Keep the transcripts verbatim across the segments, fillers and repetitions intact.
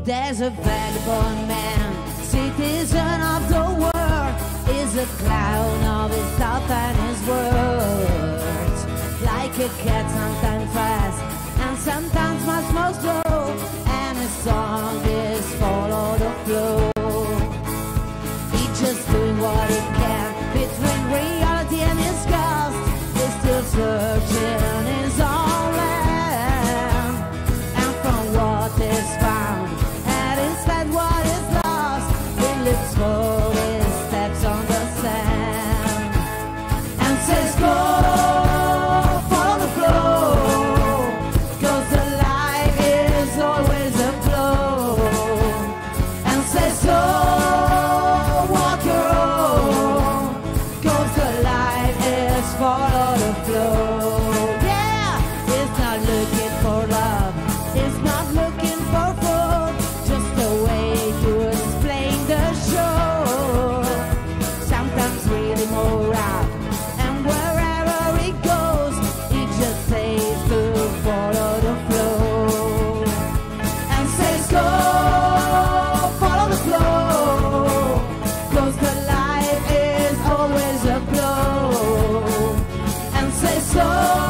There's a vagabond man, citizen of the world, is a clown of his thoughts and his words. Like a cat, sometimes fast and sometimes much more slow, and his song is follow the flow. He's just doing what he can between reality and his ghost. He's still searching his own land, and from what is found and instead what is lost, he looks for his steps on the sand and says go, follow the flow, 'cause the life is always a flow, and says so, walk your own, 'cause the life is follow the flow. Yeah, it's not looking for love, it's not looking for food, just a way to explain the show. Sometimes really more out, and wherever it goes, it just says to follow the flow, and says go, follow the flow, 'cause the life is always a flow, and says so,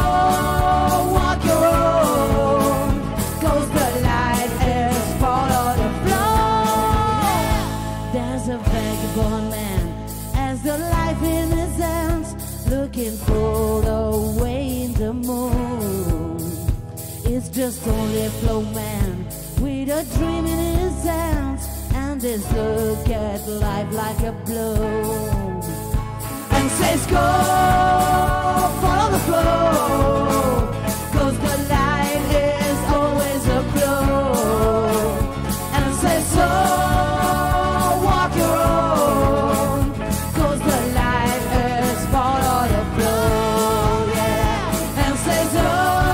walk your own, 'cause the life is follow the flow. There's a vagabond man, as the life in his hands, looking for the way in the moon. It's just only a flow man with a dream in his hands, and his look at life like a blow, and says go, follow the flow, 'cause the life is always a flow, and says so, walk your own, 'cause the life is follow the flow. Yeah, and says so,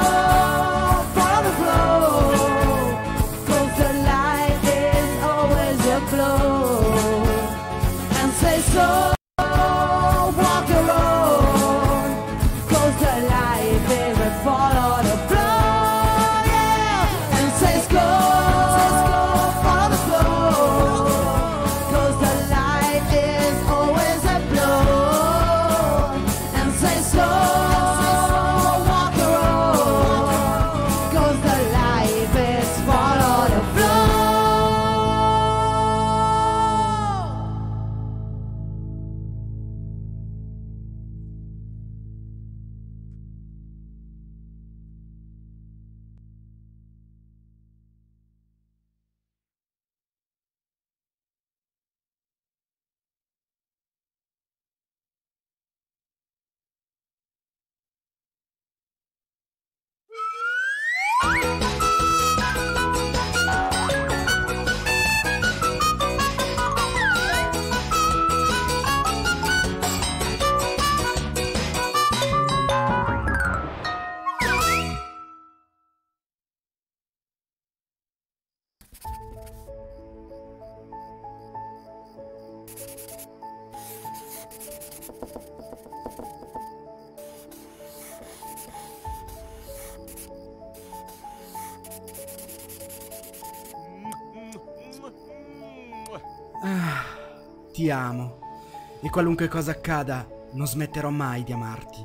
follow the flow, 'cause the life is always a flow, and says so, walk your own, 'cause the life is a follow the flow. Yeah, and says go, says go, follow the flow, 'cause the life is always a flow, and says so, walk your own, 'cause the life is follow the flow. Ah, ti amo, e qualunque cosa accada, non smetterò mai di amarti.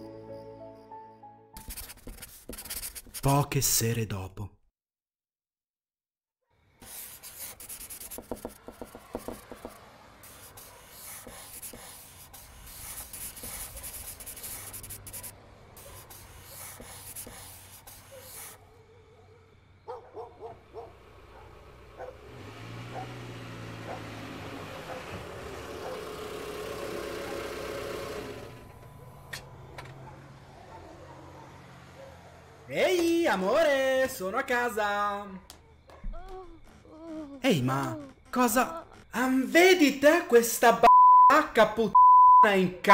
Poche sere dopo. Ehi, amore, sono a casa. Ehi, ma cosa? Ah, vedi te questa bacca puttana in c***o?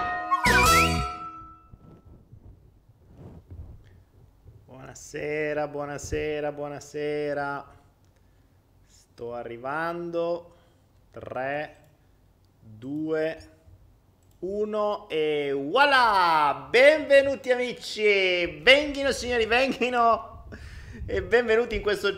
Buonasera, buonasera, buonasera. Sto arrivando. tre, due, uno e voilà! Benvenuti amici, venghino signori, venghino e benvenuti in questo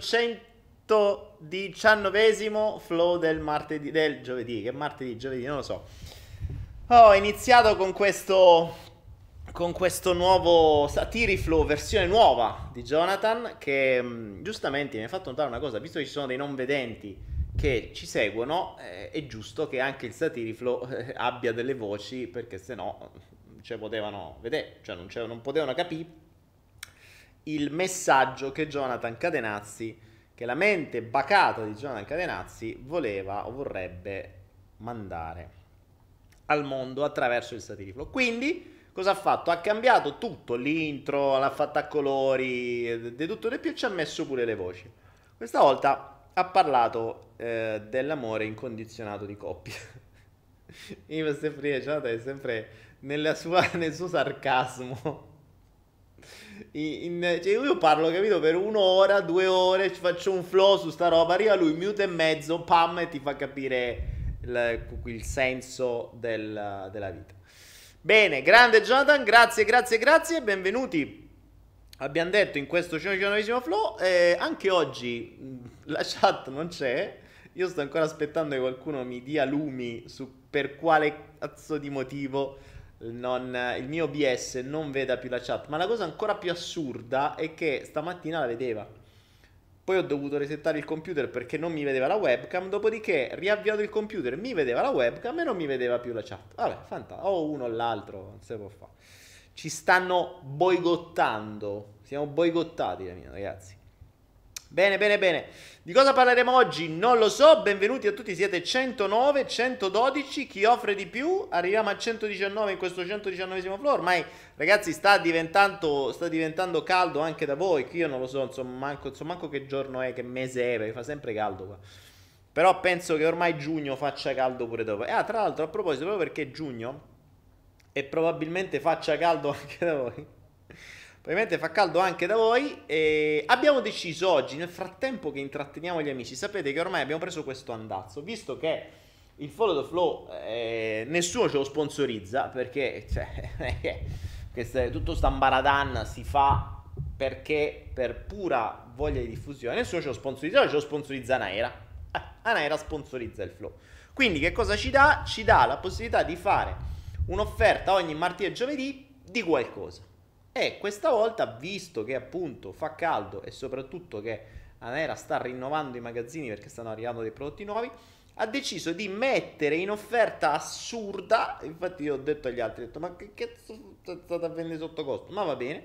centodiciannovesimo flow del martedì, del giovedì, che martedì, giovedì, non lo so. Ho iniziato con questo con questo nuovo Satiriflow, versione nuova di Jonathan, che mh, giustamente mi ha fatto notare una cosa, visto che ci sono dei non vedenti che ci seguono, eh, è giusto che anche il Satiriflow eh, abbia delle voci, perché se no non ci potevano vedere, cioè non, non potevano capire il messaggio che Jonathan Cadenazzi, che la mente bacata di Jonathan Cadenazzi voleva o vorrebbe mandare al mondo attraverso il Satiriflow. Quindi cosa ha fatto? Ha cambiato tutto, l'intro, l'ha fatta a colori, di tutto di più, ci ha messo pure le voci. Questa volta ha parlato eh, dell'amore incondizionato di coppia. Io mi sempre Jonathan è sempre nella sua, nel suo sarcasmo. In, in, cioè io parlo, capito, per un'ora, due ore, ci faccio un flow su sta roba, arriva lui, minuto e mezzo, pam, e ti fa capire il, il senso del, della vita. Bene, grande Jonathan, grazie, grazie, grazie, benvenuti, abbiamo detto, in questo centodiciannovesimo flow. Eh, anche oggi mh, la chat non c'è, io sto ancora aspettando che qualcuno mi dia lumi su per quale cazzo di motivo non, il mio O B S non veda più la chat, ma la cosa ancora più assurda è che stamattina la vedeva. Poi ho dovuto resettare il computer perché non mi vedeva la webcam, dopodiché riavviato il computer, mi vedeva la webcam e non mi vedeva più la chat. Vabbè, fantastico, o uno o l'altro, non si può fare. Ci stanno boicottando, siamo boicottati ragazzi. Bene, bene, bene. Di cosa parleremo oggi? Non lo so, benvenuti a tutti, siete centonove, centododici, chi offre di più? Arriviamo a centodiciannove in questo centodiciannovesimo floor. Ormai ragazzi sta diventando, sta diventando caldo anche da voi, che io non lo so, insomma, manco, insomma, manco che giorno è, che mese è, perché fa sempre caldo qua. Però penso che ormai giugno faccia caldo pure dopo. E ah, tra l'altro, a proposito, proprio perché giugno e probabilmente faccia caldo anche da voi, ovviamente fa caldo anche da voi, e abbiamo deciso oggi, nel frattempo che intratteniamo gli amici, sapete che ormai abbiamo preso questo andazzo, visto che il Follow the Flow eh, nessuno ce lo sponsorizza, perché cioè, questo, tutto sta ambaradan si fa perché per pura voglia di diffusione, nessuno ce lo sponsorizza, ce lo sponsorizza Anaera, eh, Anaera sponsorizza il Flow. Quindi che cosa ci dà? Ci dà la possibilità di fare un'offerta ogni martedì e giovedì di qualcosa. E questa volta, visto che appunto fa caldo e soprattutto che Anaera sta rinnovando i magazzini perché stanno arrivando dei prodotti nuovi, ha deciso di mettere in offerta assurda, infatti io ho detto agli altri, ho detto ma che cazzo state a vendere sotto costo? Ma va bene,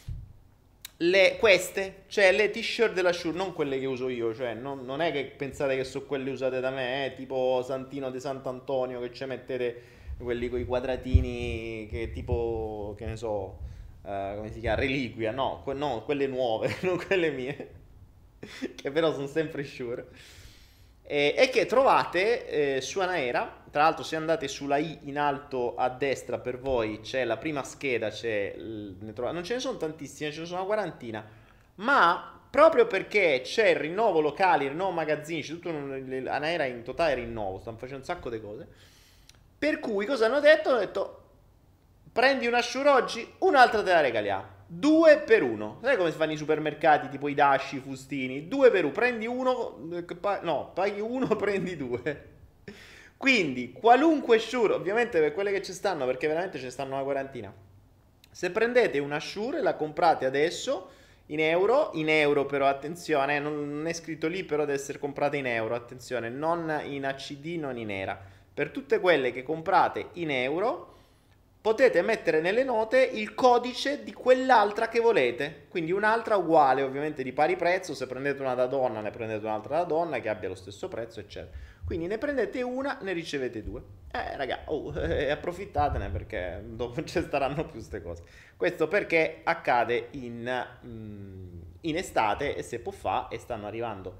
le, queste, cioè le t-shirt della Shure, non quelle che uso io, cioè non, non è che pensate che sono quelle usate da me, eh, tipo Santino di Sant'Antonio, che ci mettete quelli con i quadratini che tipo, che ne so... Uh, come si chiama? Reliquia, no, que- no, quelle nuove, non quelle mie, che però sono sempre Shure, e, e che trovate eh, su Anaera. Tra l'altro, se andate sulla I in alto a destra per voi c'è la prima scheda, c'è il, ne trovate, non ce ne sono tantissime, ce ne sono una quarantina, ma proprio perché c'è il rinnovo locale, il rinnovo magazzini, c'è tutto un, Anaera in totale rinnovo, stanno facendo un sacco di cose, per cui cosa hanno detto? Hanno detto: prendi una Shure oggi, un'altra te la regaliamo. Due per uno. Sai come si fanno i supermercati, tipo i dashi, i fustini? Due per uno. Prendi uno, no, paghi uno, prendi due. Quindi, qualunque Shure, ovviamente per quelle che ci stanno, perché veramente ce ne stanno una quarantina. Se prendete una Shure e la comprate adesso, in euro, in euro però, attenzione, non è scritto lì, però deve essere comprata in euro, attenzione, non in A C D, non in era. Per tutte quelle che comprate in euro, potete mettere nelle note il codice di quell'altra che volete, quindi un'altra uguale, ovviamente di pari prezzo. Se prendete una da donna, ne prendete un'altra da donna che abbia lo stesso prezzo, eccetera. Quindi ne prendete una, ne ricevete due. Eh raga, oh, eh, approfittatene, perché dopo ci staranno più queste cose. Questo perché accade in, mm, in estate, e se può fa, e stanno arrivando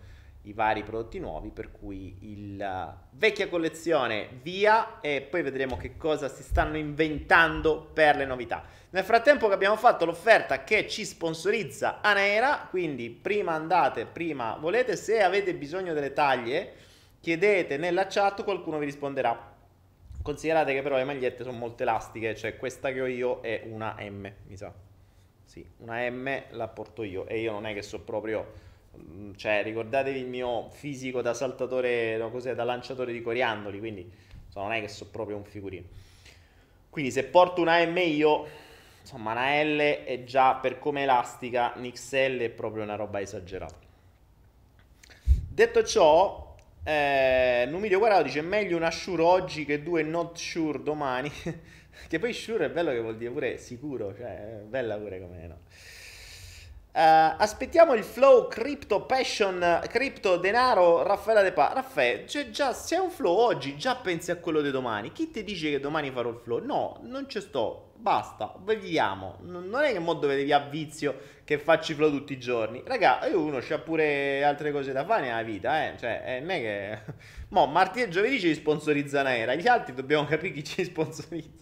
i vari prodotti nuovi, per cui il uh, vecchia collezione via, e poi vedremo che cosa si stanno inventando per le novità. Nel frattempo che abbiamo fatto l'offerta che ci sponsorizza Anaera, quindi prima andate, prima volete, se avete bisogno delle taglie chiedete nella chat, qualcuno vi risponderà. Considerate che però le magliette sono molto elastiche, cioè questa che ho io è una M, mi sa. Sì, una M la porto io, e io non è che so proprio, cioè ricordatevi il mio fisico da saltatore, no, cos'è, da lanciatore di coriandoli, quindi insomma, non è che so proprio un figurino. Quindi se porto una M io, insomma una L è già, per come elastica, un X L è proprio una roba esagerata. Detto ciò, eh, Numidio Guarao dice meglio una sure oggi che due not sure domani. Che poi sure è bello, che vuol dire pure sicuro, cioè è bella pure come, no? Uh, aspettiamo il flow crypto passion, crypto denaro, Raffaella De Pa. Raffaele, cioè già se è un flow oggi, già pensi a quello di domani. Chi ti dice che domani farò il flow? No, non ci sto, basta, vediamo. Non è che mo dovevi a vizio che faccio i flow tutti i giorni. Raga, io uno c'ha pure altre cose da fare nella vita, eh. Cioè, eh, non è che... Mo, martedì e giovedì ci sponsorizza Naera, gli altri dobbiamo capire chi ci sponsorizza.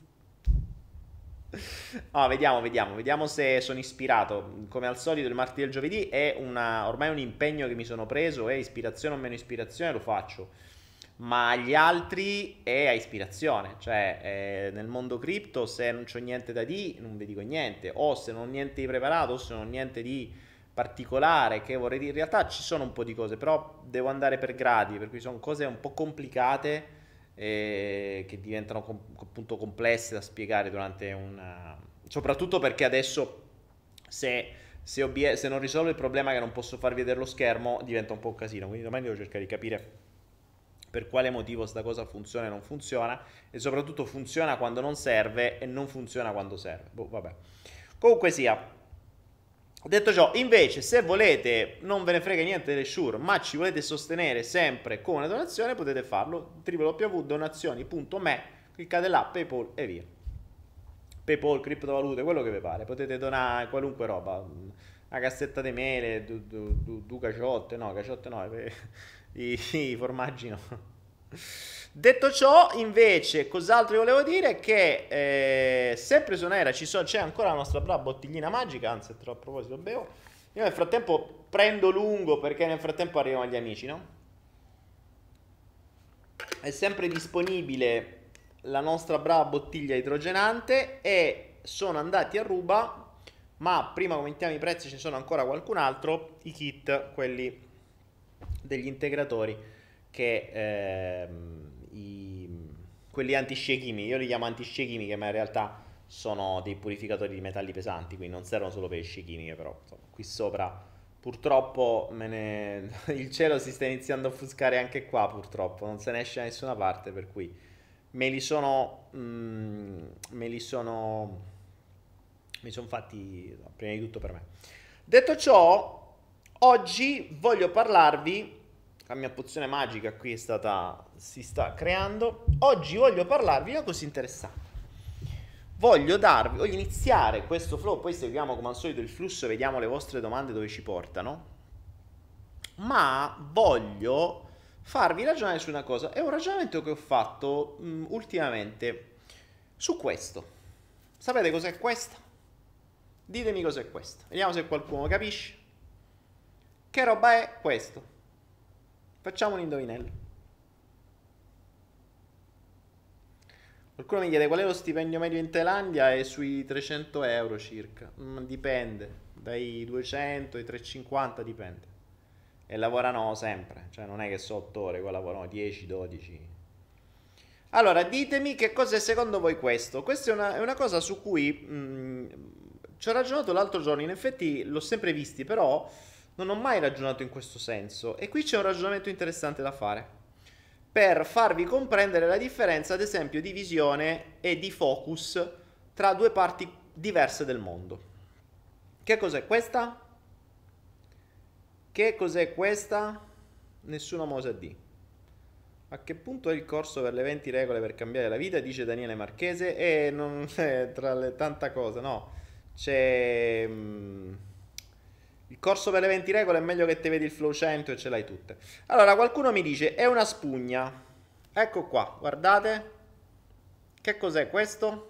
Oh, vediamo, vediamo, vediamo se sono ispirato. Come al solito il martedì e il giovedì è una, ormai un impegno che mi sono preso, è ispirazione o meno ispirazione, lo faccio. Ma gli altri è a ispirazione, cioè eh, nel mondo cripto se non c'ho niente da dire non vi dico niente, o se non ho niente di preparato, o se non ho niente di particolare che vorrei dire. In realtà ci sono un po' di cose, però devo andare per gradi, per cui sono cose un po' complicate, Eh, che diventano com- appunto complesse da spiegare durante una... soprattutto perché adesso se, se, O B S, se non risolvo il problema che non posso far vedere lo schermo diventa un po' un casino, quindi domani devo cercare di capire per quale motivo sta cosa funziona e non funziona, e soprattutto funziona quando non serve e non funziona quando serve. Boh, vabbè. Comunque sia, detto ciò, invece, se volete, non ve ne frega niente delle Shure, ma ci volete sostenere sempre con una donazione, potete farlo. w w w punto donazioni punto me, cliccate là, PayPal e via. PayPal, criptovalute, quello che vi pare. Potete donare qualunque roba, una cassetta di mele, due du, du, du caciotte, no, caciotte no, i, i formaggi no. Detto ciò, invece, cos'altro volevo dire? Che eh, sempre su Naera ci so, c'è ancora la nostra brava bottiglina magica, anzi, a proposito bevo. Io nel frattempo prendo lungo, perché nel frattempo arrivano gli amici, no? È sempre disponibile la nostra brava bottiglia idrogenante, e sono andati a ruba, ma prima commentiamo i prezzi, ce ne sono ancora qualcun altro, i kit, quelli degli integratori, che... Ehm, I, quelli antiscie chimici, io li chiamo antiscie chimiche, ma in realtà sono dei purificatori di metalli pesanti, quindi non servono solo per le scie chimiche, però insomma, qui sopra purtroppo me ne... il cielo si sta iniziando a offuscare anche qua, purtroppo non se ne esce da nessuna parte, per cui me li sono mm, me li sono mi sono fatti prima di tutto per me. Detto ciò, oggi voglio parlarvi, la mia pozione magica qui è stata, si sta creando. Oggi voglio parlarvi di una cosa interessante. Voglio darvi, voglio iniziare questo flow, poi seguiamo come al solito il flusso e vediamo le vostre domande dove ci portano. Ma voglio farvi ragionare su una cosa. È un ragionamento che ho fatto mh, ultimamente su questo. Sapete cos'è questa? Ditemi cos'è questo. Vediamo se qualcuno capisce. Che roba è questo? Facciamo un indovinello. Qualcuno mi chiede qual è lo stipendio medio in Thailandia, è sui trecento euro circa. Mm, dipende, dai duecento ai trecentocinquanta dipende. E lavorano sempre, cioè non è che so otto ore, qua lavorano dieci dodici. Allora, ditemi che cos'è secondo voi questo. Questa è una, è una cosa su cui mh, ci ho ragionato l'altro giorno, in effetti l'ho sempre visti, però... non ho mai ragionato in questo senso, e qui c'è un ragionamento interessante da fare per farvi comprendere la differenza, ad esempio, di visione e di focus tra due parti diverse del mondo. Che cos'è questa? Che cos'è questa? Nessuno mo sa di. A che punto è il corso per le venti regole per cambiare la vita? Dice Daniele Marchese. E non è tra le tanta cosa, no. C'è... Mh, Il corso per le venti regole è meglio che te vedi il flow cento e ce l'hai tutte. Allora, qualcuno mi dice, è una spugna. Ecco qua, guardate. Che cos'è questo?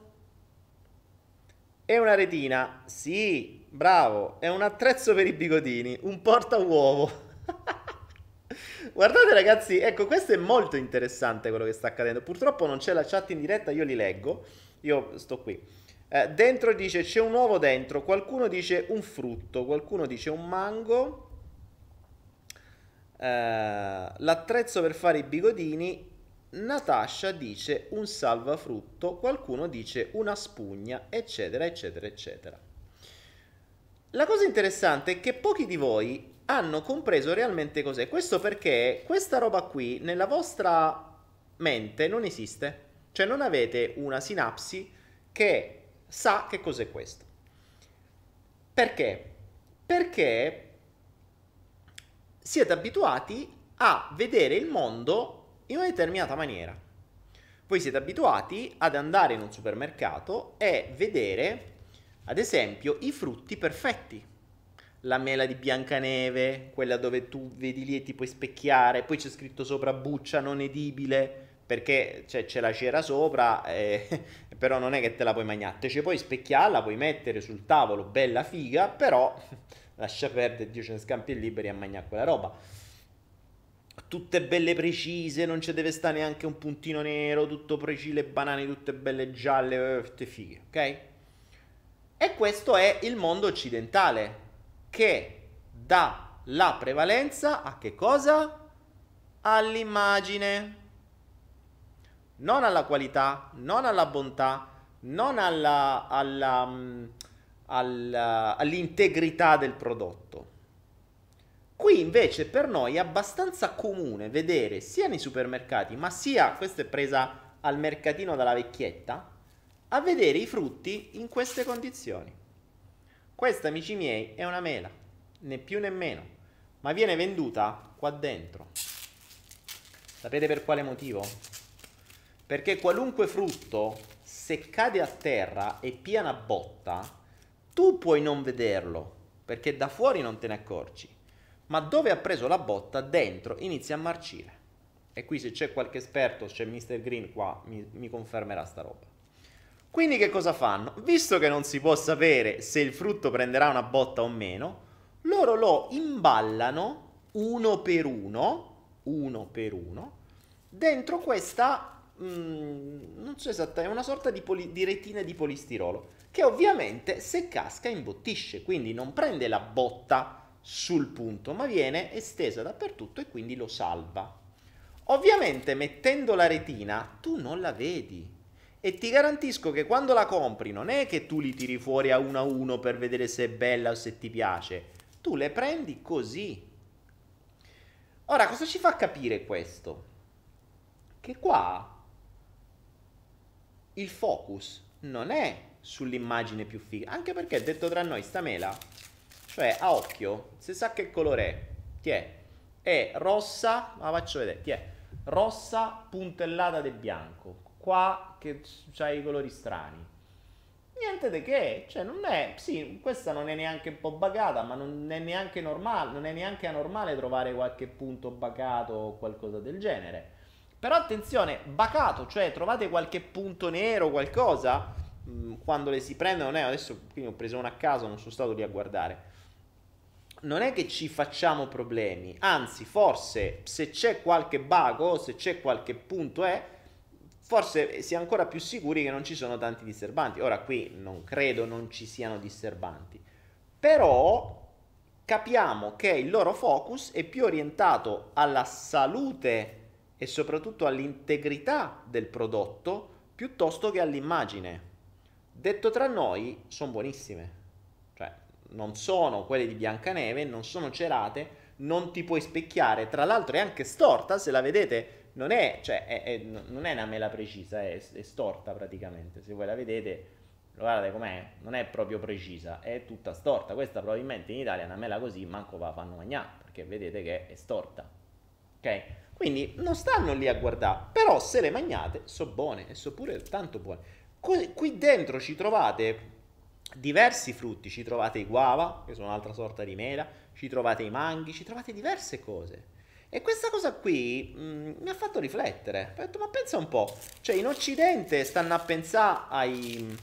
È una retina. Sì, bravo. È un attrezzo per i bigodini. Un porta uovo. Guardate ragazzi, ecco, questo è molto interessante quello che sta accadendo. Purtroppo non c'è la chat in diretta, io li leggo. Io sto qui. Eh, dentro dice c'è un uovo dentro, qualcuno dice un frutto, qualcuno dice un mango. Eh, l'attrezzo per fare i bigodini. Natasha dice un salvafrutto, qualcuno dice una spugna, eccetera, eccetera, eccetera. La cosa interessante è che pochi di voi hanno compreso realmente cos'è. Questo perché questa roba qui nella vostra mente non esiste. Cioè non avete una sinapsi che sa che cos'è questo. Perché? Perché siete abituati a vedere il mondo in una determinata maniera. Voi siete abituati ad andare in un supermercato e vedere, ad esempio, i frutti perfetti. La mela di Biancaneve, quella dove tu vedi lì e ti puoi specchiare, poi c'è scritto sopra buccia non edibile, perché cioè, c'è la cera sopra, eh, però non è che te la puoi mangiare, te ci puoi specchiare, la puoi mettere sul tavolo, bella figa, però lascia perdere, Dio ce ne scampi liberi a mangiare quella roba. Tutte belle precise, non ci deve stare neanche un puntino nero, tutto preciso, le banane tutte belle gialle, tutte fighe, ok? E questo è il mondo occidentale, che dà la prevalenza a che cosa? All'immagine. Non alla qualità, non alla bontà, non alla, alla, alla, all'integrità del prodotto. Qui invece per noi è abbastanza comune vedere sia nei supermercati, ma sia, questa è presa al mercatino dalla vecchietta, a vedere i frutti in queste condizioni. Questa, amici miei, è una mela, né più né meno, ma viene venduta qua dentro. Sapete per quale motivo? Perché qualunque frutto, se cade a terra e pia una botta, tu puoi non vederlo, perché da fuori non te ne accorgi. Ma dove ha preso la botta, dentro inizia a marcire. E qui se c'è qualche esperto, c'è mister Green qua, mi, mi confermerà sta roba. Quindi che cosa fanno? Visto che non si può sapere se il frutto prenderà una botta o meno, loro lo imballano uno per uno, uno per uno, dentro questa, mh, non so esattamente, una sorta di, poli, di retina di polistirolo, che ovviamente se casca imbottisce, quindi non prende la botta sul punto, ma viene estesa dappertutto e quindi lo salva. Ovviamente mettendo la retina tu non la vedi e ti garantisco che quando la compri non è che tu li tiri fuori a uno a uno per vedere se è bella o se ti piace, tu le prendi così. Ora cosa ci fa capire questo? Che qua il focus non è sull'immagine più figa, anche perché detto tra noi sta mela, cioè a occhio, se sa che colore è, ti è, è rossa, la faccio vedere, ti è rossa puntellata di bianco, qua che c'ha i colori strani, niente di che, cioè non è, sì, questa non è neanche un po' bacata, ma non è neanche normale, non è neanche anormale trovare qualche punto bacato o qualcosa del genere. Però attenzione, bacato, cioè trovate qualche punto nero, qualcosa, mh, quando le si prendono, non è, adesso qui ho preso una a caso, non sono stato lì a guardare. Non è che ci facciamo problemi, anzi forse se c'è qualche baco, se c'è qualche punto è, forse si è ancora più sicuri che non ci sono tanti disturbanti. Ora qui non credo non ci siano disturbanti, però capiamo che il loro focus è più orientato alla salute e soprattutto all'integrità del prodotto piuttosto che all'immagine. Detto tra noi, sono buonissime. Non sono quelle di Biancaneve, non sono cerate, non ti puoi specchiare, tra l'altro è anche storta, se la vedete non è, cioè, è, è, non è una mela precisa, è, è storta praticamente, se voi la vedete, guardate com'è, non è proprio precisa, è tutta storta, questa probabilmente in Italia una mela così manco la fanno mangiare, perché vedete che è storta, ok? Quindi non stanno lì a guardare, però se le mangiate sono buone, e sono pure tanto buone. Qui, qui dentro ci trovate diversi frutti, ci trovate i guava, che sono un'altra sorta di mela, ci trovate i manghi, ci trovate diverse cose. E questa cosa qui mh, mi ha fatto riflettere. Ho detto, ma pensa un po', cioè in Occidente stanno a pensare ai,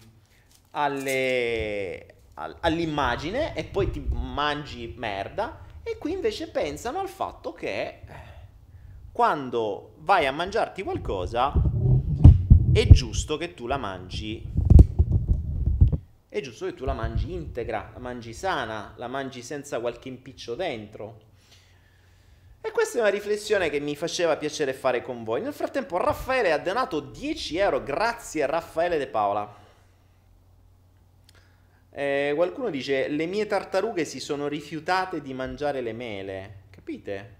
alle, al- all'immagine e poi ti mangi merda, e qui invece pensano al fatto che quando vai a mangiarti qualcosa è giusto che tu la mangi, è giusto che tu la mangi integra, la mangi sana, la mangi senza qualche impiccio dentro. E questa è una riflessione che mi faceva piacere fare con voi. Nel frattempo Raffaele ha donato dieci euro, grazie a Raffaele De Paola. Eh, qualcuno dice, le mie tartarughe si sono rifiutate di mangiare le mele. Capite?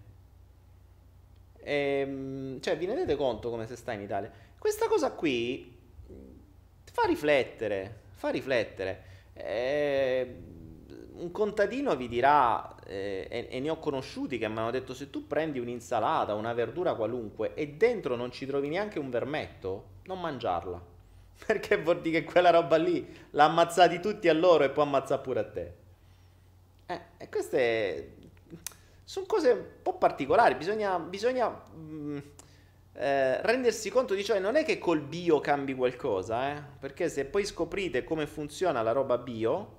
Ehm, cioè, vi rendete conto come se sta in Italia? Questa cosa qui fa riflettere, fa riflettere. Eh, un contadino vi dirà, eh, e, e ne ho conosciuti che mi hanno detto, se tu prendi un'insalata, una verdura qualunque e dentro non ci trovi neanche un vermetto, non mangiarla. Perché vuol dire che quella roba lì l'ha ammazzati tutti a loro e può ammazzare pure a te. Eh, e queste sono cose un po' particolari, bisogna, bisogna mh, eh, rendersi conto di ciò, e non è che col bio cambi qualcosa, eh? Perché se poi scoprite come funziona la roba bio,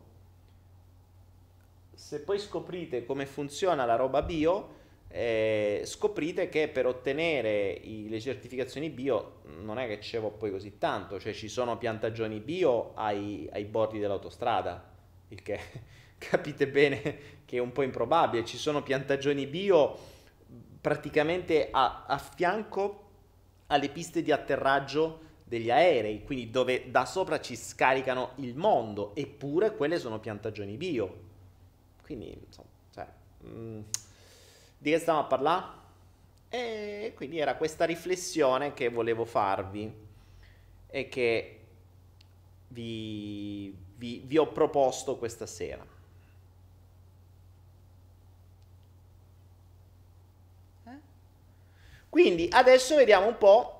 se poi scoprite come funziona la roba bio, eh, scoprite che per ottenere i- le certificazioni bio non è che ci vuole poi così tanto, cioè ci sono piantagioni bio ai, ai bordi dell'autostrada, il che capite bene che è un po' improbabile. Ci sono piantagioni bio praticamente a, a fianco alle piste di atterraggio degli aerei, quindi dove da sopra ci scaricano il mondo, eppure quelle sono piantagioni bio. Quindi, insomma, cioè, mh, di che stiamo a parlare? E quindi era questa riflessione che volevo farvi e che vi, vi- vi ho proposto questa sera. Eh? Quindi adesso vediamo un po'.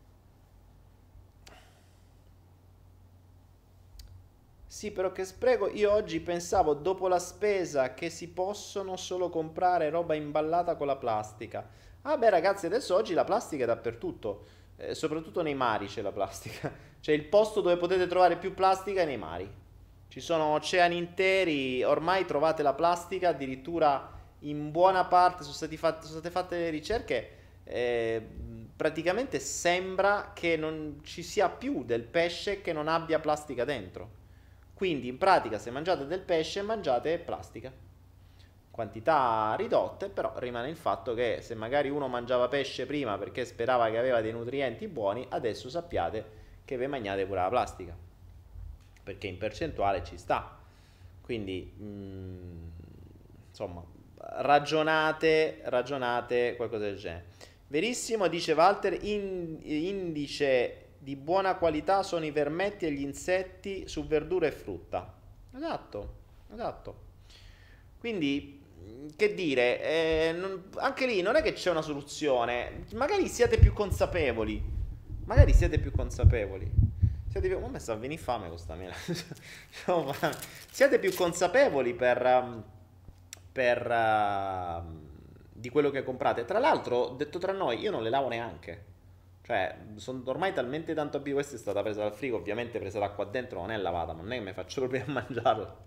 Sì, però che spreco. Io oggi pensavo, dopo la spesa, che si possono solo comprare roba imballata con la plastica. Ah beh ragazzi, adesso oggi la plastica è dappertutto, eh, soprattutto nei mari c'è la plastica. C'è il posto dove potete trovare più plastica è nei mari. Ci sono oceani interi, ormai trovate la plastica, addirittura in buona parte sono stati fatti- sono state fatte le ricerche, eh, praticamente sembra che non ci sia più del pesce che non abbia plastica dentro. Quindi in pratica se mangiate del pesce mangiate plastica. Quantità ridotte, però rimane il fatto che se magari uno mangiava pesce prima perché sperava che aveva dei nutrienti buoni, adesso sappiate che vi mangiate pure la plastica. Perché in percentuale ci sta. Quindi, mm, insomma, ragionate, ragionate qualcosa del genere. Verissimo, dice Walter, in- indice di buona qualità sono i vermetti e gli insetti su verdura e frutta. Esatto, esatto. Quindi, mh, che dire, eh, non- anche lì non è che c'è una soluzione. Magari siate più consapevoli. Magari siete più consapevoli. Siete più... Come sta a venire fame con sta mela? C'ho fame. Siate più consapevoli per, um, per, uh, di quello che comprate. Tra l'altro, detto tra noi, io non le lavo neanche. Cioè, sono ormai talmente tanto abituato. Questa è stata presa dal frigo, ovviamente presa da qua dentro, non è lavata, ma non è che mi faccio proprio a mangiarla.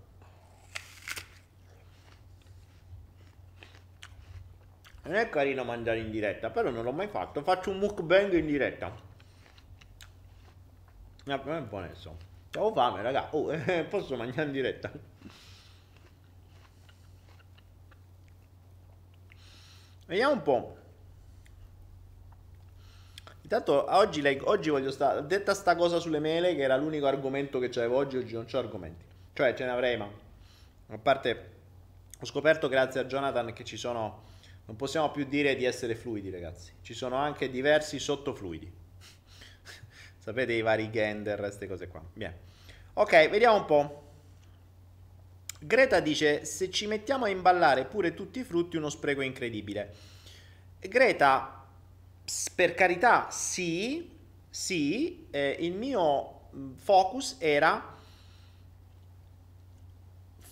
Non è carino mangiare in diretta, però non l'ho mai fatto. Faccio un mukbang in diretta. Ma per me è buono adesso. Ho fame, raga. Oh, eh, posso mangiare in diretta? Vediamo un po'. Intanto oggi, leggo- oggi voglio stare. Detta sta cosa sulle mele, che era l'unico argomento che c'avevo oggi. Oggi non c'ho argomenti. Cioè, ce ne avrei, ma a parte, ho scoperto grazie a Jonathan che ci sono. Non possiamo più dire di essere fluidi, ragazzi. Ci sono anche diversi sottofluidi. Sapete i vari gender, queste cose qua. Bien. Ok, vediamo un po'. Greta dice: se ci mettiamo a imballare pure tutti i frutti, uno spreco incredibile. Greta, s- per carità, sì, sì, eh, il mio mh, focus era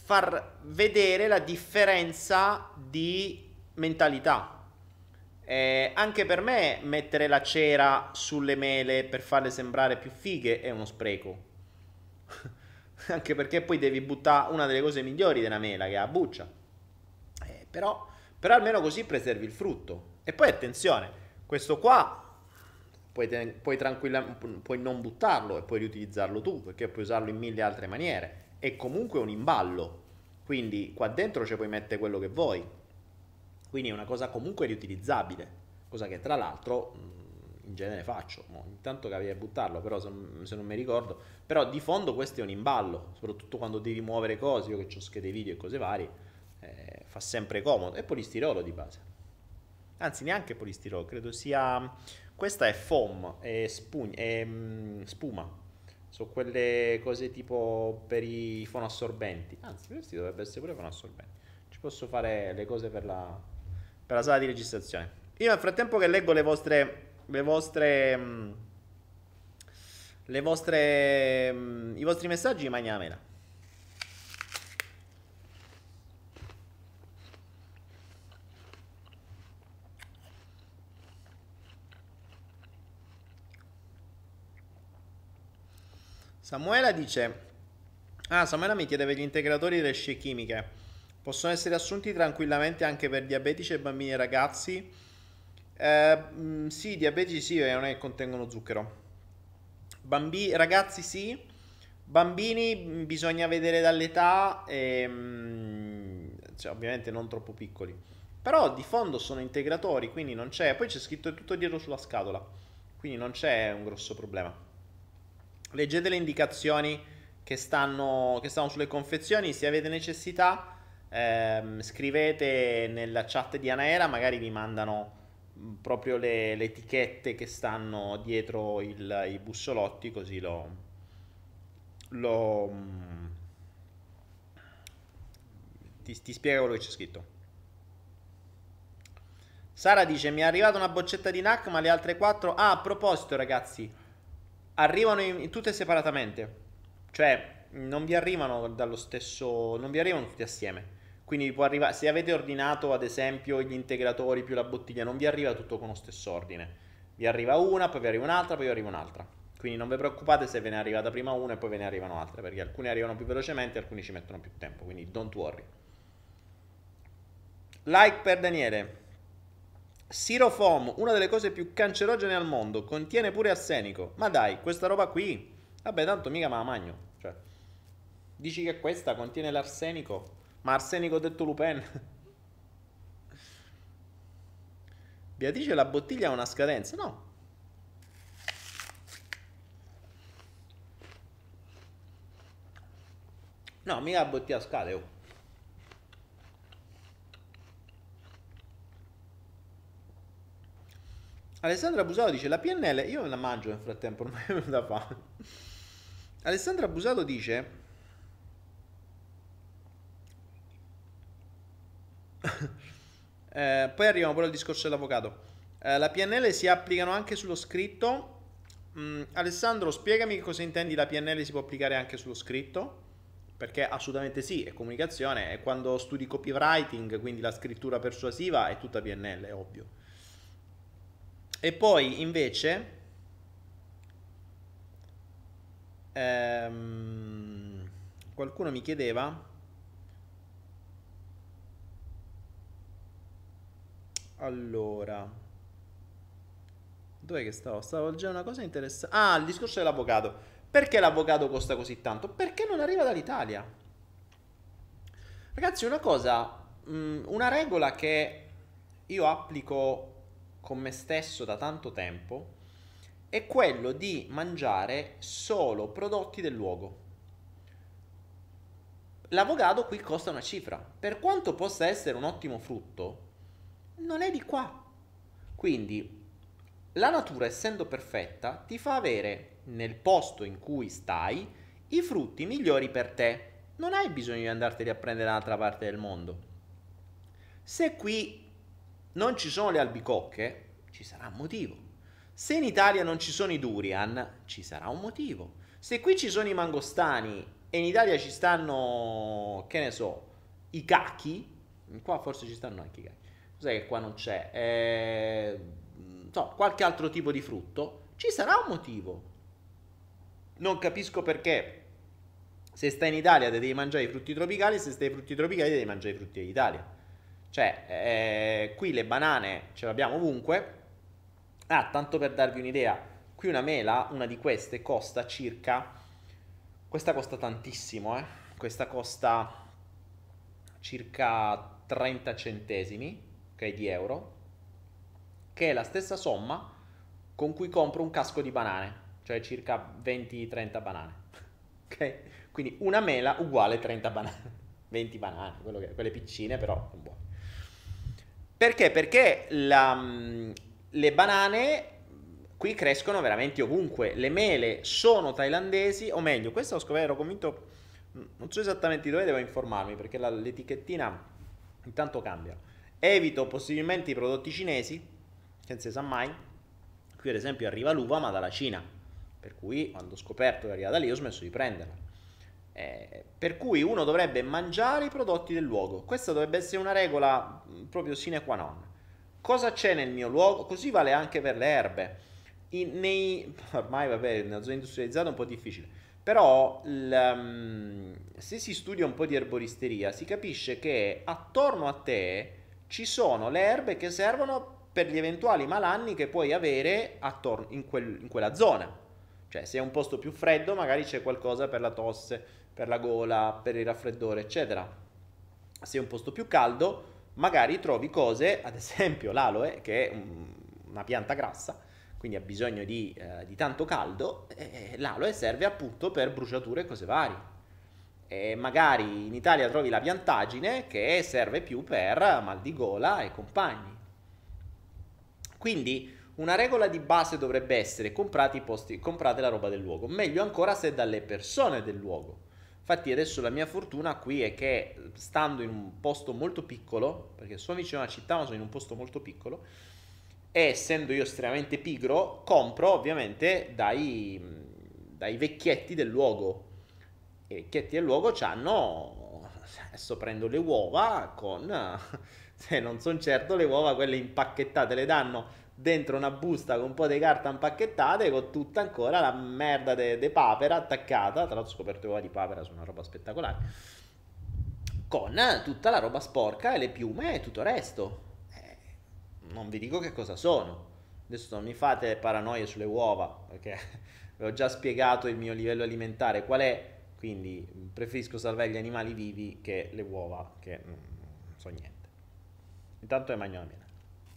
far vedere la differenza di mentalità. Eh, anche per me mettere la cera sulle mele per farle sembrare più fighe è uno spreco. Anche perché poi devi buttare una delle cose migliori della mela, che è la buccia. Eh, però, però almeno così preservi il frutto. E poi attenzione, questo qua puoi, ten- puoi tranquillamente puoi non buttarlo e puoi riutilizzarlo tu, perché puoi usarlo in mille altre maniere. È comunque un imballo, quindi qua dentro ci puoi mettere quello che vuoi. Quindi è una cosa comunque riutilizzabile, cosa che tra l'altro mh, in genere faccio. Mo, ogni tanto capita di buttarlo, però se, se non mi ricordo. Però di fondo questo è un imballo, soprattutto quando devi muovere cose, io che ho schede video e cose varie, eh, fa sempre comodo. È polistirolo di base. Anzi, neanche polistirolo, credo sia... Questa è foam, è, spugna, è mh, spuma. Sono quelle cose tipo per i fonoassorbenti. Anzi, questi dovrebbe essere pure fonoassorbenti. Ci posso fare le cose per la, per la sala di registrazione. Io nel frattempo che leggo le vostre... Le vostre... Mh, le vostre... Mh, i vostri messaggi, magna mela. Samuela dice: ah, Samuela mi chiedeva gli integratori delle scie chimiche possono essere assunti tranquillamente anche per diabetici e bambini e ragazzi? Eh, mh, sì, diabetici sì, non è che contengono zucchero. Bambi- ragazzi sì, bambini mh, bisogna vedere dall'età e, mh, cioè, ovviamente non troppo piccoli. Però di fondo sono integratori, quindi non c'è. Poi c'è scritto tutto dietro sulla scatola, quindi non c'è un grosso problema. Leggete le indicazioni che stanno, che stanno sulle confezioni. Se avete necessità, ehm, scrivete nella chat di Anaera, magari vi mandano mh, proprio le, le etichette che stanno dietro il- i bussolotti, così lo, lo mh, ti, ti spiega quello che c'è scritto. Sara dice: mi è arrivata una boccetta di N A C, ma le altre quattro... Ah, a proposito, ragazzi, arrivano in, in tutte separatamente, cioè non vi arrivano dallo stesso, non vi arrivano tutti assieme. Quindi vi può arrivare, se avete ordinato ad esempio gli integratori più la bottiglia, non vi arriva tutto con lo stesso ordine. Vi arriva una, poi vi arriva un'altra, poi vi arriva un'altra. Quindi non vi preoccupate se ve ne è arrivata prima una e poi ve ne arrivano altre, perché alcuni arrivano più velocemente e alcuni ci mettono più tempo, quindi don't worry. Like per Daniele. Sirofoam, una delle cose più cancerogene al mondo, contiene pure arsenico. Ma dai, questa roba qui, vabbè, tanto mica me la magno. Cioè, dici che questa contiene l'arsenico? Ma arsenico detto Lupin? Beatrice, la bottiglia ha una scadenza? No. No, mica la bottiglia scade, oh. Alessandra Busato dice: la P N L, io la mangio nel frattempo, non mi è venuta fame. Alessandra Busato dice: eh, poi arriviamo pure al discorso dell'avvocato. Eh, la P N L si applicano anche sullo scritto. Mm, Alessandro, spiegami cosa intendi. La P N L si può applicare anche sullo scritto? Perché assolutamente sì, è comunicazione. E quando studi copywriting, quindi la scrittura persuasiva, è tutta P N L, è ovvio. E poi invece ehm, qualcuno mi chiedeva, allora, dov'è che stavo? Stavo leggendo una cosa interessante. Ah, il discorso dell'avvocato. Perché l'avvocato costa così tanto? Perché non arriva dall'Italia. Ragazzi, una cosa, mh, una regola che io applico con me stesso da tanto tempo è quello di mangiare solo prodotti del luogo. L'avocado qui costa una cifra, per quanto possa essere un ottimo frutto, non è di qua. Quindi la natura, essendo perfetta, ti fa avere nel posto in cui stai i frutti migliori per te. Non hai bisogno di andarteli a prendere da un'altra parte del mondo. Se qui non ci sono le albicocche, ci sarà un motivo. Se in Italia non ci sono i durian, ci sarà un motivo. Se qui ci sono i mangostani e in Italia ci stanno, che ne so, i cachi, qua forse ci stanno anche i cachi, cos'è che qua non c'è? Eh, no, qualche altro tipo di frutto, ci sarà un motivo. Non capisco perché se stai in Italia devi mangiare i frutti tropicali, se stai ai frutti tropicali devi mangiare i frutti dell'Italia. Cioè, eh, qui le banane ce le abbiamo ovunque. Ah, tanto per darvi un'idea, qui una mela, una di queste, costa circa, questa costa tantissimo, eh. Questa costa circa trenta centesimi, ok, di euro, che è la stessa somma con cui compro un casco di banane, cioè circa venti trenta banane, ok? Quindi una mela uguale trenta banane, venti banane, quello che, quelle piccine però buone. Perché? Perché la, le banane qui crescono veramente ovunque. Le mele sono thailandesi, o meglio, questo ho scoperto, ero convinto, non so esattamente di dove devo informarmi, perché la, l'etichettina intanto cambia. Evito possibilmente i prodotti cinesi, che non si sa mai. Qui ad esempio arriva l'uva ma dalla Cina, per cui quando ho scoperto che arriva da lì ho smesso di prenderla. Eh, per cui uno dovrebbe mangiare i prodotti del luogo. Questa dovrebbe essere una regola proprio sine qua non. Cosa c'è nel mio luogo? Così vale anche per le erbe. In, nei, ormai vabbè, nella zona industrializzata è un po' difficile, però l, um, se si studia un po' di erboristeria si capisce che attorno a te ci sono le erbe che servono per gli eventuali malanni che puoi avere attorno in, quel, in quella zona. Cioè, se è un posto più freddo magari c'è qualcosa per la tosse, per la gola, per il raffreddore, eccetera. Se è un posto più caldo magari trovi cose, ad esempio l'aloe, che è un, una pianta grassa, quindi ha bisogno di, eh, di tanto caldo, e l'aloe serve appunto per bruciature e cose varie. E magari in Italia trovi la piantagine che serve più per mal di gola e compagni. Quindi una regola di base dovrebbe essere comprate, i posti, comprate la roba del luogo, meglio ancora se dalle persone del luogo. Infatti adesso la mia fortuna qui è che stando in un posto molto piccolo, perché sono vicino alla città ma sono in un posto molto piccolo, e essendo io estremamente pigro, compro ovviamente dai, dai vecchietti del luogo. I vecchietti del luogo c'hanno, adesso prendo le uova con, se non sono certo, le uova quelle impacchettate, le danno dentro una busta con un po' di carta impacchettate con tutta ancora la merda de, de papera attaccata. Tra l'altro ho scoperto le uova di papera, sono una roba spettacolare, con tutta la roba sporca e le piume e tutto il resto. Non vi dico che cosa sono. Adesso non mi fate paranoie sulle uova, perché vi ho già spiegato il mio livello alimentare qual è, quindi preferisco salvare gli animali vivi che le uova, che non so niente. Intanto è mangio la mela.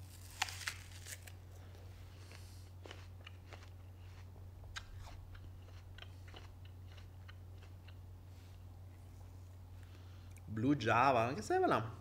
Blue Java, che serve là?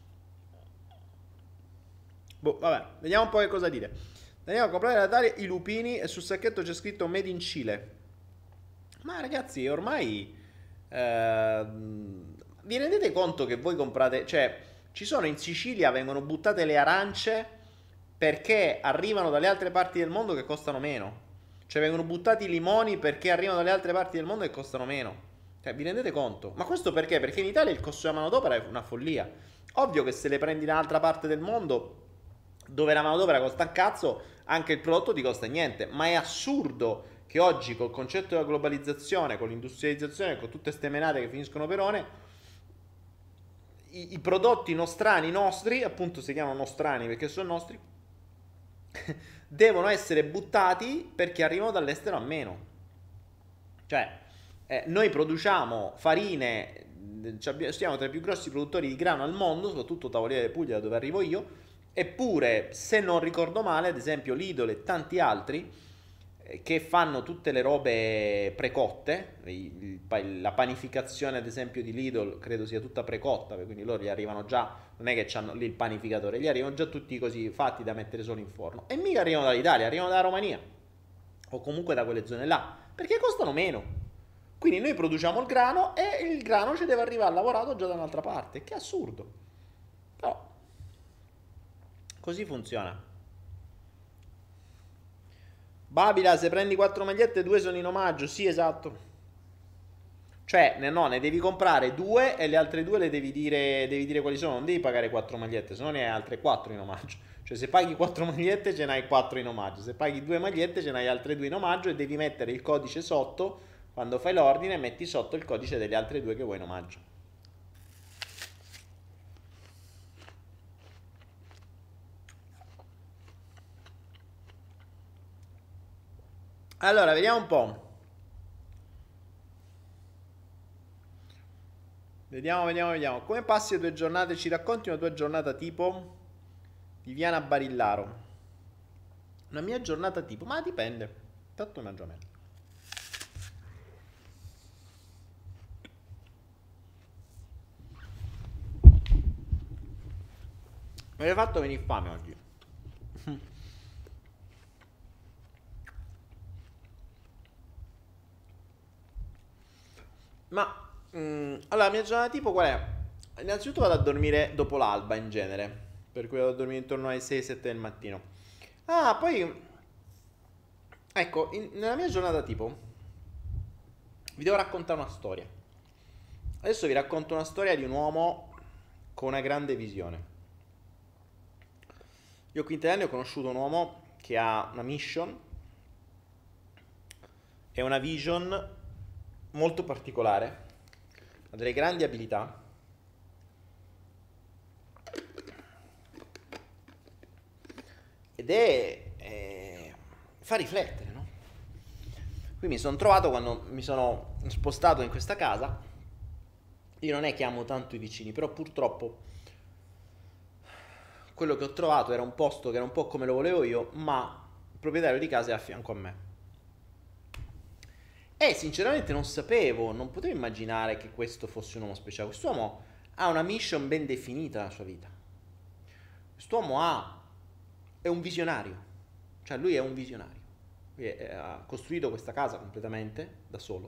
Boh, vabbè, vediamo un po' che cosa dire. Andiamo a comprare da Italia i lupini e sul sacchetto c'è scritto Made in Cile. Ma ragazzi, ormai eh, vi rendete conto che voi comprate, cioè ci sono in Sicilia vengono buttate le arance perché arrivano dalle altre parti del mondo che costano meno. Cioè vengono buttati i limoni perché arrivano dalle altre parti del mondo che costano meno. Cioè, vi rendete conto? Ma questo perché? Perché in Italia il costo della manodopera è una follia. Ovvio che se le prendi da un'altra parte del mondo dove la manodopera costa un cazzo, anche il prodotto ti costa niente. Ma è assurdo che oggi col concetto della globalizzazione, con l'industrializzazione, con tutte ste menate che finiscono per ore, i, i prodotti nostrani nostri, appunto si chiamano nostrani perché sono nostri, devono essere buttati perché arrivano dall'estero a meno. Cioè, eh, noi produciamo farine, siamo tra i più grossi produttori di grano al mondo, soprattutto Tavoliere Puglia, da dove arrivo io. Eppure, se non ricordo male, ad esempio Lidl e tanti altri eh, che fanno tutte le robe precotte, il, il, la panificazione ad esempio di Lidl credo sia tutta precotta, quindi loro gli arrivano già, non è che hanno lì il panificatore, gli arrivano già tutti così fatti da mettere solo in forno. E mica arrivano dall'Italia, arrivano dalla Romania o comunque da quelle zone là, perché costano meno. Quindi noi produciamo il grano e il grano ci deve arrivare lavorato già da un'altra parte. Che assurdo. Però così funziona. Babila, se prendi quattro magliette, due sono in omaggio. Sì, esatto. Cioè, ne- no, ne devi comprare due e le altre due le devi dire, devi dire quali sono. Non devi pagare quattro magliette, se no ne hai altre quattro in omaggio. Cioè, se paghi quattro magliette ce n'hai quattro in omaggio. Se paghi due magliette ce n'hai altre due in omaggio e devi mettere il codice sotto. Quando fai l'ordine metti sotto il codice delle altre due che vuoi in omaggio. Allora, vediamo un po'. Vediamo, vediamo, vediamo. Come passi le tue giornate? Ci racconti una tua giornata tipo? Viviana Barillaro. Una mia giornata tipo? Ma dipende. Tanto mangio meno. Mi hai fatto venire fame oggi. Ma mm, allora, la mia giornata tipo qual è? Innanzitutto vado a dormire dopo l'alba in genere, per cui vado a dormire intorno alle sei sette del mattino. Ah, poi ecco, in- nella mia giornata tipo vi devo raccontare una storia. Adesso vi racconto una storia di un uomo con una grande visione. Io qui in Italia ho conosciuto un uomo che ha una mission e una vision molto particolare, ha delle grandi abilità ed è, è- fa riflettere, no? Qui mi sono trovato quando mi sono spostato in questa casa. Io non è che amo tanto i vicini, però purtroppo quello che ho trovato era un posto che era un po' come lo volevo io, ma il proprietario di casa è a fianco a me. E sinceramente non sapevo, non potevo immaginare che questo fosse un uomo speciale. Quest'uomo ha una mission ben definita nella sua vita. Quest'uomo ha, è un visionario, cioè lui è un visionario. Lui è- è- ha costruito questa casa completamente da solo,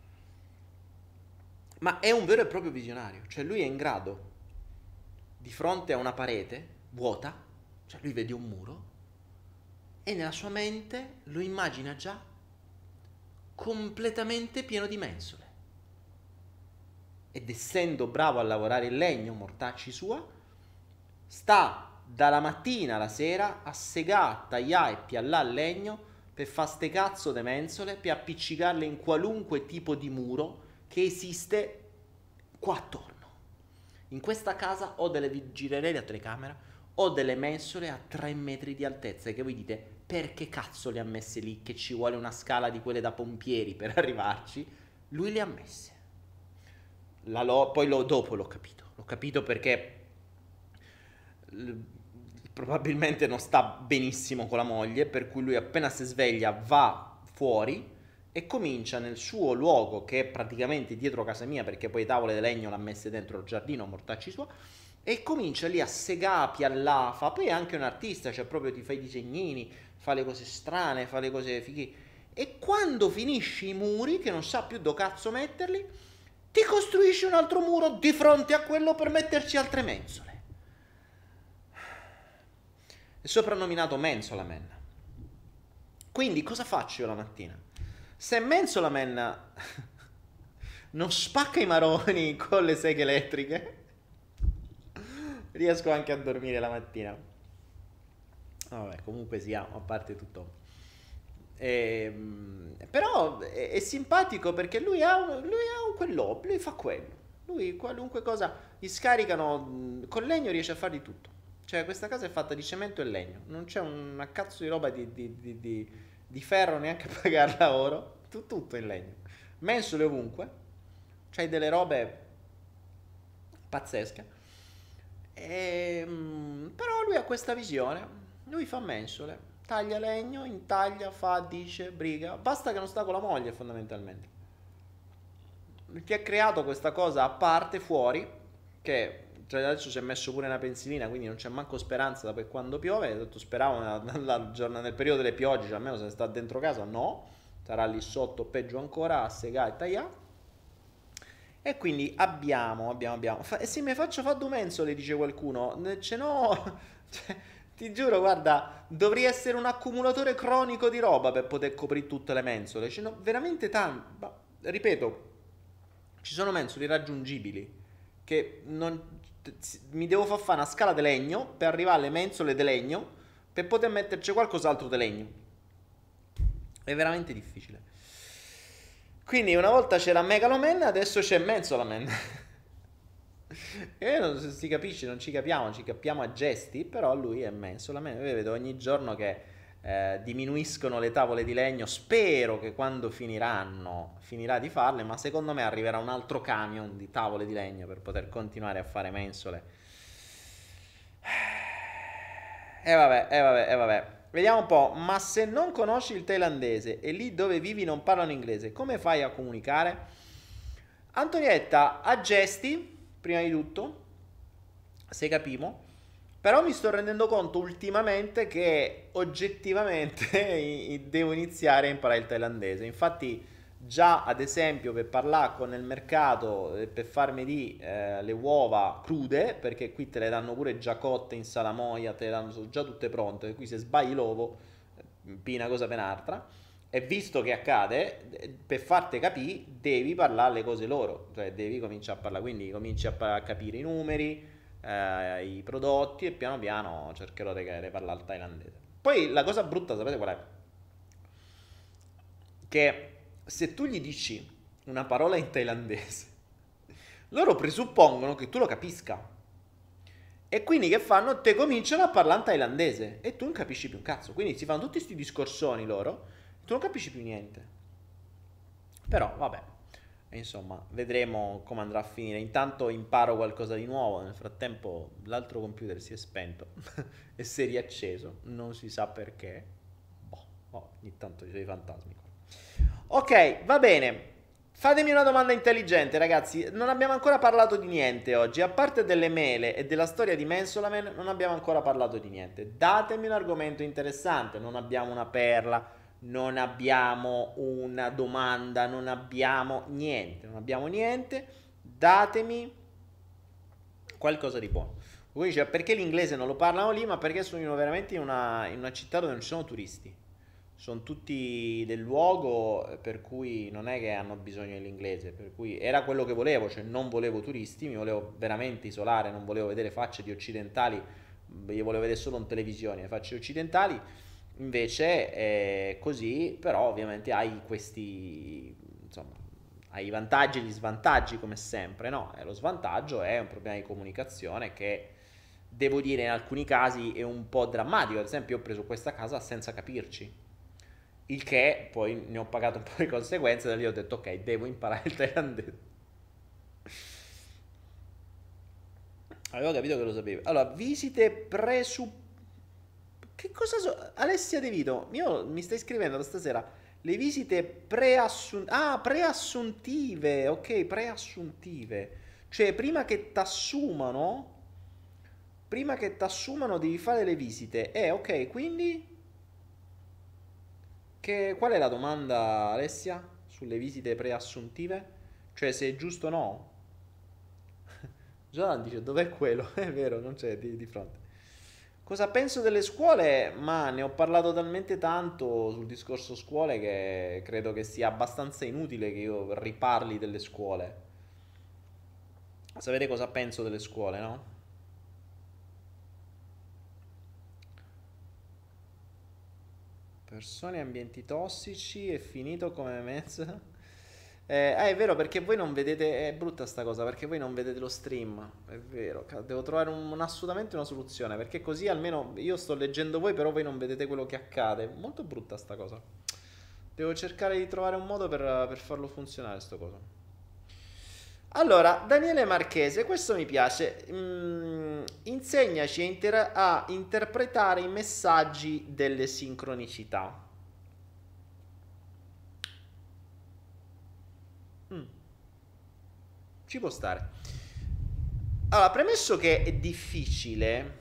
ma è un vero e proprio visionario, cioè lui è in grado, di fronte a una parete vuota, cioè lui vede un muro e nella sua mente lo immagina già completamente pieno di mensole. Ed essendo bravo a lavorare il legno, mortacci sua, sta dalla mattina alla sera a segà, tagliare e piallare il legno per fa ste cazzo de mensole, per appiccicarle in qualunque tipo di muro che esiste qua attorno. In questa casa ho delle girelli a telecamera, ho delle mensole a tre metri di altezza, che voi dite, perché cazzo le ha messe lì, che ci vuole una scala di quelle da pompieri per arrivarci? Lui le ha messe. La lo- poi lo- dopo l'ho capito, l'ho capito perché l- probabilmente non sta benissimo con la moglie, per cui lui appena si sveglia va fuori e comincia nel suo luogo, che è praticamente dietro casa mia, perché poi tavole di legno l'ha messe dentro il giardino, mortacci sua, e comincia lì a segà, piallà, fa, poi è anche un artista, cioè proprio ti fa i disegnini, fa le cose strane, fa le cose fighi, e quando finisci i muri, che non sa più dove cazzo metterli, ti costruisci un altro muro di fronte a quello per metterci altre mensole. È soprannominato Mensola Man. Quindi cosa faccio io la mattina? Se Mensola Man non spacca i maroni con le seghe elettriche, riesco anche a dormire la mattina. Vabbè, comunque sia, a parte tutto. Ehm, però è, è simpatico perché lui ha, un, lui ha un quell'hobby, lui fa quello. Lui qualunque cosa gli scaricano, mh, col legno riesce a fare di tutto. Cioè questa casa è fatta di cemento e legno, non c'è una cazzo di roba di, di, di, di, di ferro neanche a pagarla oro, tu- tutto in legno. Mensole ovunque, c'hai delle robe pazzesche. Ehm, però lui ha questa visione, lui fa mensole, taglia legno, intaglia, fa, dice, briga, basta che non sta con la moglie fondamentalmente. Ti ha creato questa cosa a parte fuori, che cioè, adesso si è messo pure una pensilina, quindi non c'è manco speranza da per quando piove. Ho detto, speravo nella, nella giornata, nel periodo delle piogge, cioè, almeno se ne sta dentro casa, no, sarà lì sotto, peggio ancora, a segare e tagliare. E quindi abbiamo, abbiamo, abbiamo. Fa, e se mi faccio fa due mensole, dice qualcuno. Ne- Ce n'ho. Cioè, ti giuro, guarda, dovrei essere un accumulatore cronico di roba per poter coprire tutte le mensole. Ce n'ho veramente tante. Ma, ripeto, ci sono mensole irraggiungibili che non, mi devo far fare una scala di legno per arrivare alle mensole di legno per poter metterci qualcos'altro di legno. È veramente difficile. Quindi una volta c'era Megaloman, adesso c'è Mensolaman. E non si capisce, non ci capiamo, ci capiamo a gesti, però lui è Mensolaman. Io vedo ogni giorno che eh, diminuiscono le tavole di legno. Spero che quando finiranno, finirà di farle, ma secondo me arriverà un altro camion di tavole di legno per poter continuare a fare mensole. E vabbè, e vabbè, e vabbè. Vediamo un po', ma se non conosci il thailandese e lì dove vivi non parlano inglese, come fai a comunicare? Antonietta, a gesti, prima di tutto, se capimo, però mi sto rendendo conto ultimamente che oggettivamente devo iniziare a imparare il thailandese. Infatti già ad esempio per parlare con il mercato, per farmi di eh, le uova crude, perché qui te le danno pure già cotte in salamoia, te le danno, sono già tutte pronte, qui se sbagli l'uovo pina cosa per un'altra. E visto che accade, per farti capire devi parlare le cose loro, cioè devi cominciare a parlare, quindi cominci a, a capire i numeri, eh, i prodotti, e piano piano cercherò di, di parlare il thailandese. Poi la cosa brutta, sapete qual è? Che se tu gli dici una parola in thailandese, loro presuppongono che tu lo capisca. E quindi che fanno? Te cominciano a parlare in thailandese e tu non capisci più un cazzo. Quindi si fanno tutti questi discorsoni loro, tu non capisci più niente. Però vabbè, insomma, vedremo come andrà a finire. Intanto imparo qualcosa di nuovo. Nel frattempo l'altro computer si è spento e si è riacceso, non si sa perché. Boh, oh, ogni tanto ci sono i fantasmi qua. Ok, va bene. Fatemi una domanda intelligente, ragazzi. Non abbiamo ancora parlato di niente oggi. A parte delle mele e della storia di Mensolaman, non abbiamo ancora parlato di niente. Datemi un argomento interessante. Non abbiamo una perla, non abbiamo una domanda, non abbiamo niente. Non abbiamo niente. Datemi qualcosa di buono. Quindi dice, perché l'inglese non lo parlano lì? Ma perché sono veramente in una, in una città dove non ci sono turisti. Sono tutti del luogo, per cui non è che hanno bisogno dell'inglese, per cui era quello che volevo, cioè non volevo turisti, mi volevo veramente isolare, non volevo vedere facce di occidentali, io volevo vedere solo in televisione le facce occidentali. Invece è così, però ovviamente hai questi, insomma, hai i vantaggi e gli svantaggi come sempre, no? E lo svantaggio è un problema di comunicazione che, devo dire, in alcuni casi è un po' drammatico. Ad esempio ho preso questa casa senza capirci, il che poi ne ho pagato un po' le conseguenze, da lì ho detto ok, devo imparare il thailandese. Avevo capito che lo sapevo. Allora, visite presu... Che cosa so? Alessia De Vito, io mi stai scrivendo da stasera. Le visite preassuntive. Ah, preassuntive. Ok, preassuntive. Cioè, prima che t'assumano, prima che t'assumano devi fare le visite. Eh, ok, quindi... Che, qual è la domanda, Alessia, sulle visite preassuntive? Cioè se è giusto o no? Jonathan dice dov'è quello? È vero, non c'è di, di fronte. Cosa penso delle scuole? Ma ne ho parlato talmente tanto sul discorso scuole che credo che sia abbastanza inutile che io riparli delle scuole. Sapete cosa penso delle scuole, no? Persone e ambienti tossici, è finito come mezzo. Eh, ah, è vero, perché voi non vedete, è brutta sta cosa, perché voi non vedete lo stream, è vero, devo trovare un, un, assolutamente una soluzione, perché così almeno io sto leggendo voi, però voi non vedete quello che accade, molto brutta sta cosa. Devo cercare di trovare un modo per, per farlo funzionare sto coso. Allora, Daniele Marchese, questo mi piace. Mm, insegnaci a, inter- a interpretare i messaggi delle sincronicità. Mm. Ci può stare. Allora, premesso che è difficile,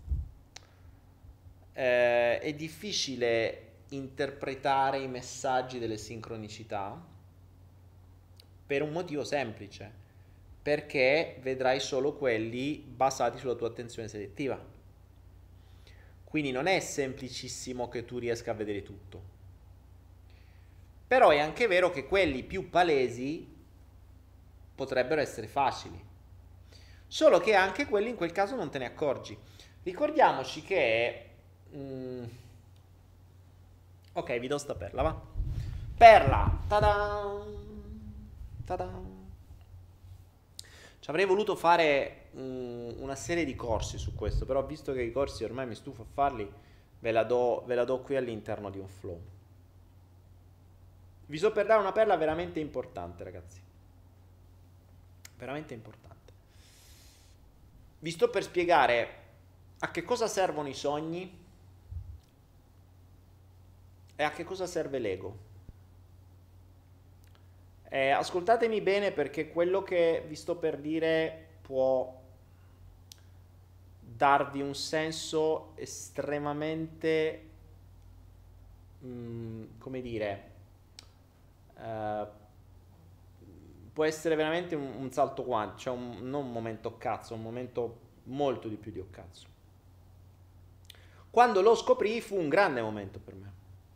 eh, è difficile interpretare i messaggi delle sincronicità per un motivo semplice. Perché vedrai solo quelli basati sulla tua attenzione selettiva. Quindi non è semplicissimo che tu riesca a vedere tutto. Però è anche vero che quelli più palesi potrebbero essere facili. Solo che anche quelli in quel caso non te ne accorgi. Ricordiamoci che... Mm, ok, vi do sta perla, va? Perla! Ta-da! Ta-da! Ci avrei voluto fare um, una serie di corsi su questo, però visto che i corsi ormai mi stufo a farli, ve la do, ve la do qui all'interno di un flow. Vi sto per dare una perla veramente importante, ragazzi. Veramente importante. Vi sto per spiegare a che cosa servono i sogni e a che cosa serve l'ego. Eh, ascoltatemi bene, perché quello che vi sto per dire può darvi un senso estremamente, mh, come dire, uh, può essere veramente un, un salto quantico, cioè un, non un momento cazzo, un momento molto di più di cazzo. Quando lo scoprì fu un grande momento per me,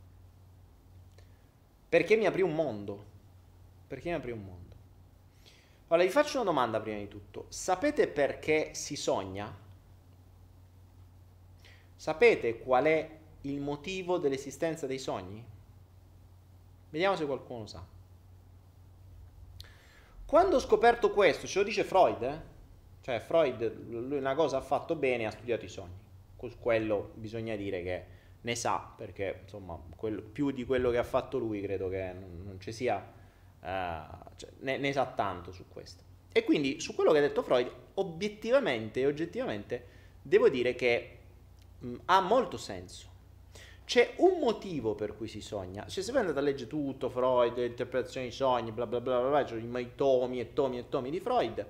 perché mi aprì un mondo. Perché mi aprì un mondo. Allora, vi faccio una domanda prima di tutto. Sapete perché si sogna? Sapete qual è il motivo dell'esistenza dei sogni? Vediamo se qualcuno lo sa. Quando ho scoperto questo, ce lo dice Freud, eh? Cioè Freud, lui una cosa ha fatto bene, ha studiato i sogni. Con quello bisogna dire che ne sa, perché insomma quello, più di quello che ha fatto lui credo che non, non ci sia... Uh, cioè, ne, ne sa tanto su questo. E quindi su quello che ha detto Freud, obiettivamente e oggettivamente devo dire che mh, ha molto senso. C'è un motivo per cui si sogna. Cioè, se voi andate a leggere tutto Freud, interpretazioni dei sogni, bla bla bla bla, bla, cioè i tomi e tomi e tomi di Freud,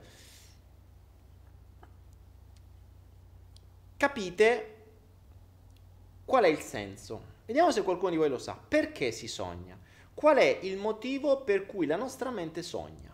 capite qual è il senso. Vediamo se qualcuno di voi lo sa. Perché si sogna? Qual è il motivo per cui la nostra mente sogna?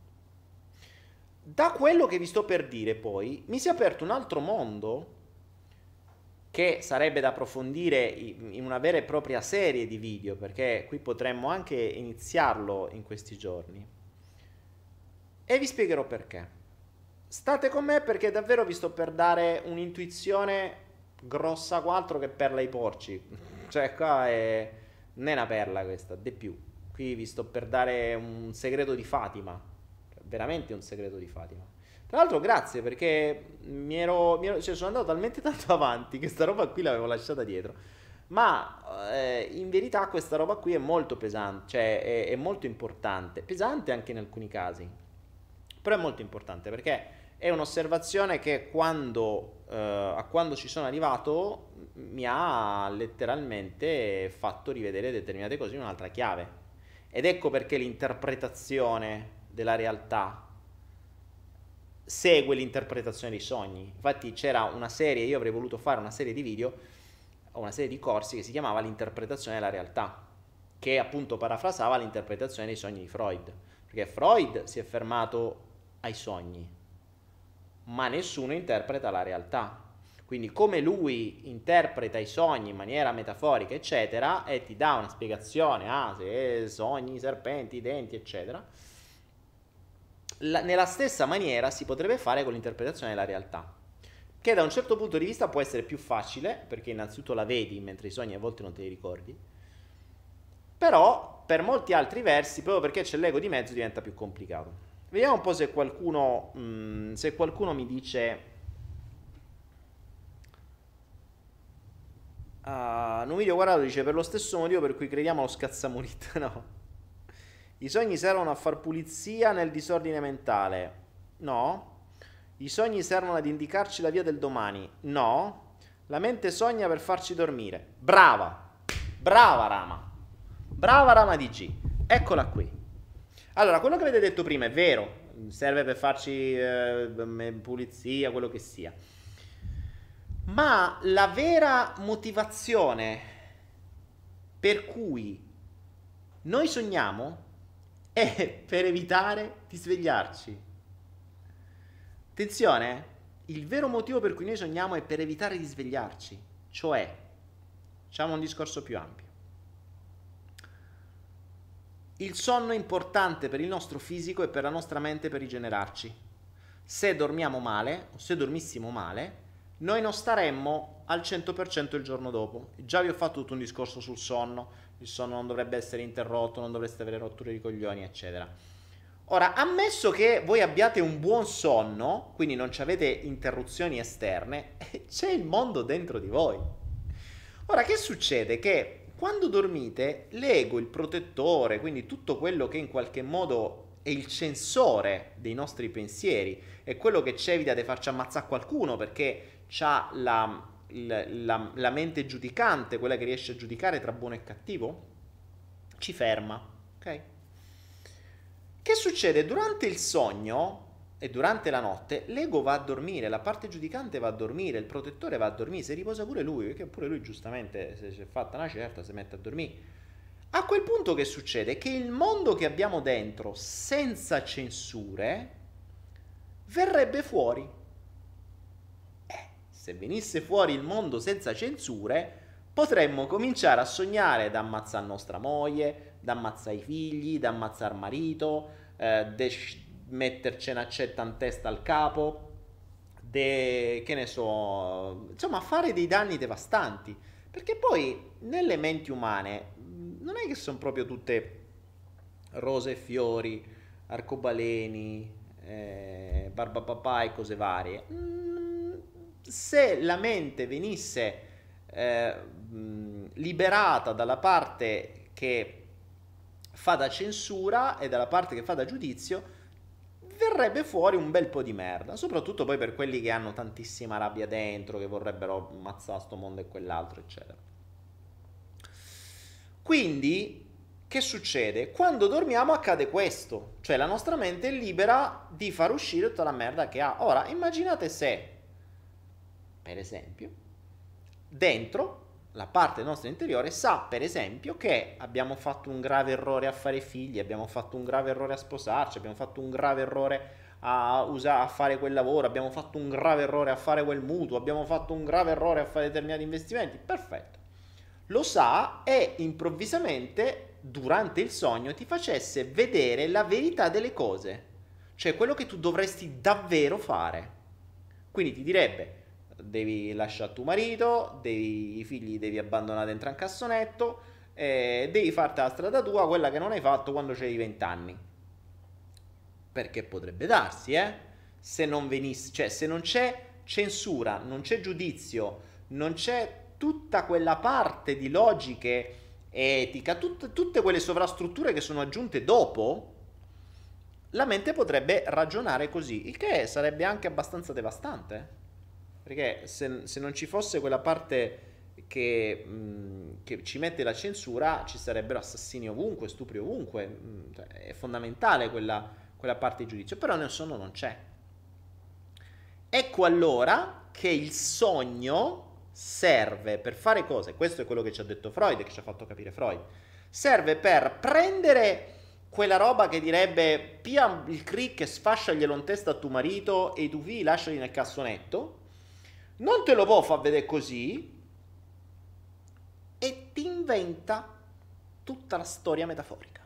Da quello che vi sto per dire poi mi si è aperto un altro mondo che sarebbe da approfondire in una vera e propria serie di video, perché qui potremmo anche iniziarlo in questi giorni. E vi spiegherò perché. State con me, perché davvero vi sto per dare un'intuizione grossa quattro che perla ai porci. Cioè qua è... non è una perla questa, di più. Qui vi sto per dare un segreto di Fatima, veramente un segreto di Fatima. Tra l'altro grazie, perché mi ero, mi ero cioè sono andato talmente tanto avanti che sta roba qui l'avevo lasciata dietro. Ma eh, in verità questa roba qui è molto pesante, cioè è, è molto importante, pesante anche in alcuni casi, però è molto importante perché è un'osservazione che quando, eh, a quando ci sono arrivato mi ha letteralmente fatto rivedere determinate cose in un'altra chiave. Ed ecco perché l'interpretazione della realtà segue l'interpretazione dei sogni. Infatti c'era una serie, io avrei voluto fare una serie di video o una serie di corsi che si chiamava l'interpretazione della realtà, che appunto parafrasava l'interpretazione dei sogni di Freud, perché Freud si è fermato ai sogni, ma nessuno interpreta la realtà. Quindi come lui interpreta i sogni in maniera metaforica, eccetera, e ti dà una spiegazione, ah, se sogni, serpenti, denti, eccetera, la, nella stessa maniera si potrebbe fare con l'interpretazione della realtà, che da un certo punto di vista può essere più facile, perché innanzitutto la vedi, mentre i sogni a volte non te li ricordi, però per molti altri versi, proprio perché c'è l'ego di mezzo, diventa più complicato. Vediamo un po' se qualcuno, mh, se qualcuno mi dice... Uh, un video guardato dice: per lo stesso motivo per cui crediamo allo scazzamurit. No, i sogni servono a far pulizia nel disordine mentale. No, i sogni servono ad indicarci la via del domani. No, la mente sogna per farci dormire. Brava, brava Rama, brava Rama D G, eccola qui. Allora, quello che avete detto prima è vero, serve per farci eh, pulizia, quello che sia. Ma la vera motivazione per cui noi sogniamo è per evitare di svegliarci. Attenzione, il vero motivo per cui noi sogniamo è per evitare di svegliarci. Cioè, facciamo un discorso più ampio. il sonno è importante per il nostro fisico e per la nostra mente per rigenerarci. Se dormiamo male, o se dormissimo male, noi non staremmo al cento per cento il giorno dopo. Già vi ho fatto tutto un discorso sul sonno, il sonno non dovrebbe essere interrotto, non dovreste avere rotture di coglioni, eccetera. Ora, ammesso che voi abbiate un buon sonno, quindi non avete interruzioni esterne, c'è il mondo dentro di voi. Ora, che succede? Che quando dormite, l'ego, il protettore, quindi tutto quello che in qualche modo è il censore dei nostri pensieri, è quello che ci evita di farci ammazzare qualcuno perché ha la, la, la, la mente giudicante, quella che riesce a giudicare tra buono e cattivo, ci ferma, ok? Che succede? Durante il sogno e durante la notte l'ego va a dormire, la parte giudicante va a dormire, il protettore va a dormire, si riposa pure lui, perché pure lui giustamente se si è fatta una certa si mette a dormire. A quel punto che succede? Che il mondo che abbiamo dentro senza censure verrebbe fuori. Eh, se venisse fuori il mondo senza censure potremmo cominciare a sognare da ammazzare nostra moglie, da ammazzare i figli, da ammazzare il marito, eh, de metterci un'accetta in testa al capo, de, che ne so, insomma fare dei danni devastanti, perché poi nelle menti umane non è che sono proprio tutte rose e fiori, arcobaleni, eh, barbapapà e cose varie. Mm, se la mente venisse eh, liberata dalla parte che fa da censura e dalla parte che fa da giudizio, verrebbe fuori un bel po' di merda, soprattutto poi per quelli che hanno tantissima rabbia dentro, che vorrebbero ammazzare sto mondo e quell'altro, eccetera. Quindi, che succede? Quando dormiamo accade questo, cioè la nostra mente è libera di far uscire tutta la merda che ha. Ora, immaginate se, per esempio, dentro la parte del nostro interiore sa, per esempio, che abbiamo fatto un grave errore a fare figli, abbiamo fatto un grave errore a sposarci, abbiamo fatto un grave errore a, usare, a fare quel lavoro, abbiamo fatto un grave errore a fare quel mutuo, abbiamo fatto un grave errore a fare determinati investimenti. Perfetto. Lo sa e improvvisamente, durante il sogno, ti facesse vedere la verità delle cose, cioè quello che tu dovresti davvero fare. Quindi ti direbbe: devi lasciare tuo marito, devi, i figli devi abbandonare dentro un cassonetto, eh, devi farti la strada tua, quella che non hai fatto quando c'hai venti anni. Perché potrebbe darsi, eh? Se non venisse, cioè se non c'è censura, non c'è giudizio, non c'è tutta quella parte di logiche, etica, tut, tutte quelle sovrastrutture che sono aggiunte dopo, la mente potrebbe ragionare così, il che sarebbe anche abbastanza devastante. Perché se, se non ci fosse quella parte che, mh, che ci mette la censura, ci sarebbero assassini ovunque, stupri ovunque. Mh, cioè, è fondamentale quella, quella parte di giudizio, però nel sonno non c'è. Ecco allora che il sogno serve per fare cose, questo è quello che ci ha detto Freud, che ci ha fatto capire Freud, serve per prendere quella roba che direbbe pia il crick e sfasciaglielo in testa a tuo marito e i tuoi figli lasciali nel cassonetto, non te lo può far vedere così e ti inventa tutta la storia metaforica.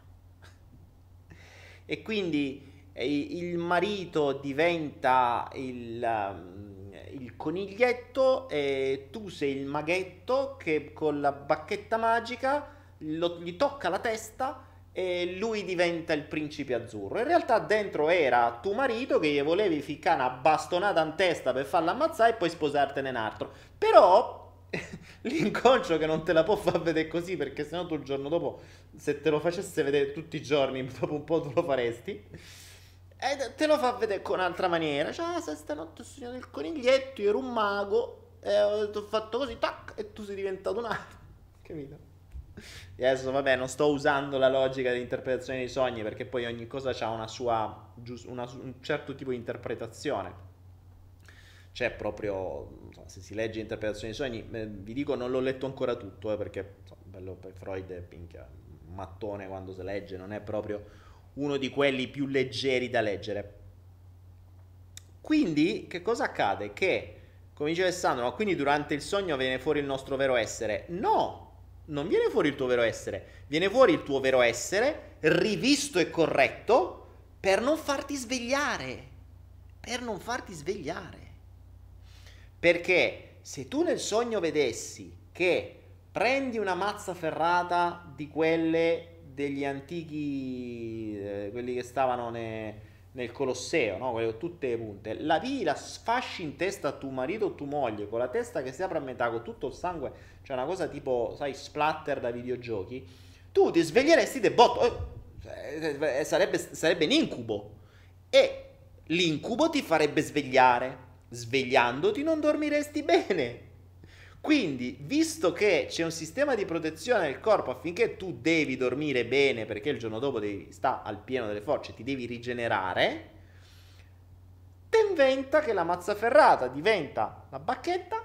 E quindi il marito diventa il, il coniglietto e tu sei il maghetto che con la bacchetta magica lo, gli tocca la testa e lui diventa il principe azzurro. In realtà dentro era tuo marito che gli volevi ficcare una bastonata in testa per farla ammazzare e poi sposartene un altro. Però l'inconscio che non te la può far vedere così, perché sennò tu il giorno dopo, se te lo facesse vedere tutti i giorni, dopo un po' tu lo faresti, e te lo fa vedere con un'altra maniera. Cioè, se stanotte ho sognato il coniglietto, io ero un mago e ho fatto così, tac, e tu sei diventato un altro. Capito? E adesso vabbè, non sto usando la logica dell'interpretazione dei sogni, perché poi ogni cosa ha una sua, una, un certo tipo di interpretazione. C'è proprio, so, se si legge l'interpretazione dei sogni, eh, vi dico non l'ho letto ancora tutto, eh, perché so, bello per Freud è pinchia, un mattone quando si legge, non è proprio uno di quelli più leggeri da leggere. Quindi che cosa accade? Che, come dice Alessandro, ma quindi durante il sogno viene fuori il nostro vero essere? No! non viene fuori il tuo vero essere, viene fuori il tuo vero essere rivisto e corretto per non farti svegliare, per non farti svegliare. Perché se tu nel sogno vedessi che prendi una mazza ferrata di quelle degli antichi, eh, quelli che stavano ne, nel Colosseo, no? Quelle con tutte le punte, la vi, la sfasci in testa a tuo marito o tua moglie, con la testa che si apre a metà, con tutto il sangue, cioè una cosa tipo, sai, splatter da videogiochi, tu ti sveglieresti de botto, eh, eh, sarebbe, sarebbe un incubo, e l'incubo ti farebbe svegliare, svegliandoti non dormiresti bene. Quindi, visto che c'è un sistema di protezione del corpo affinché tu devi dormire bene, perché il giorno dopo devi sta al pieno delle forze, ti devi rigenerare, ti inventa che la mazzaferrata diventa la bacchetta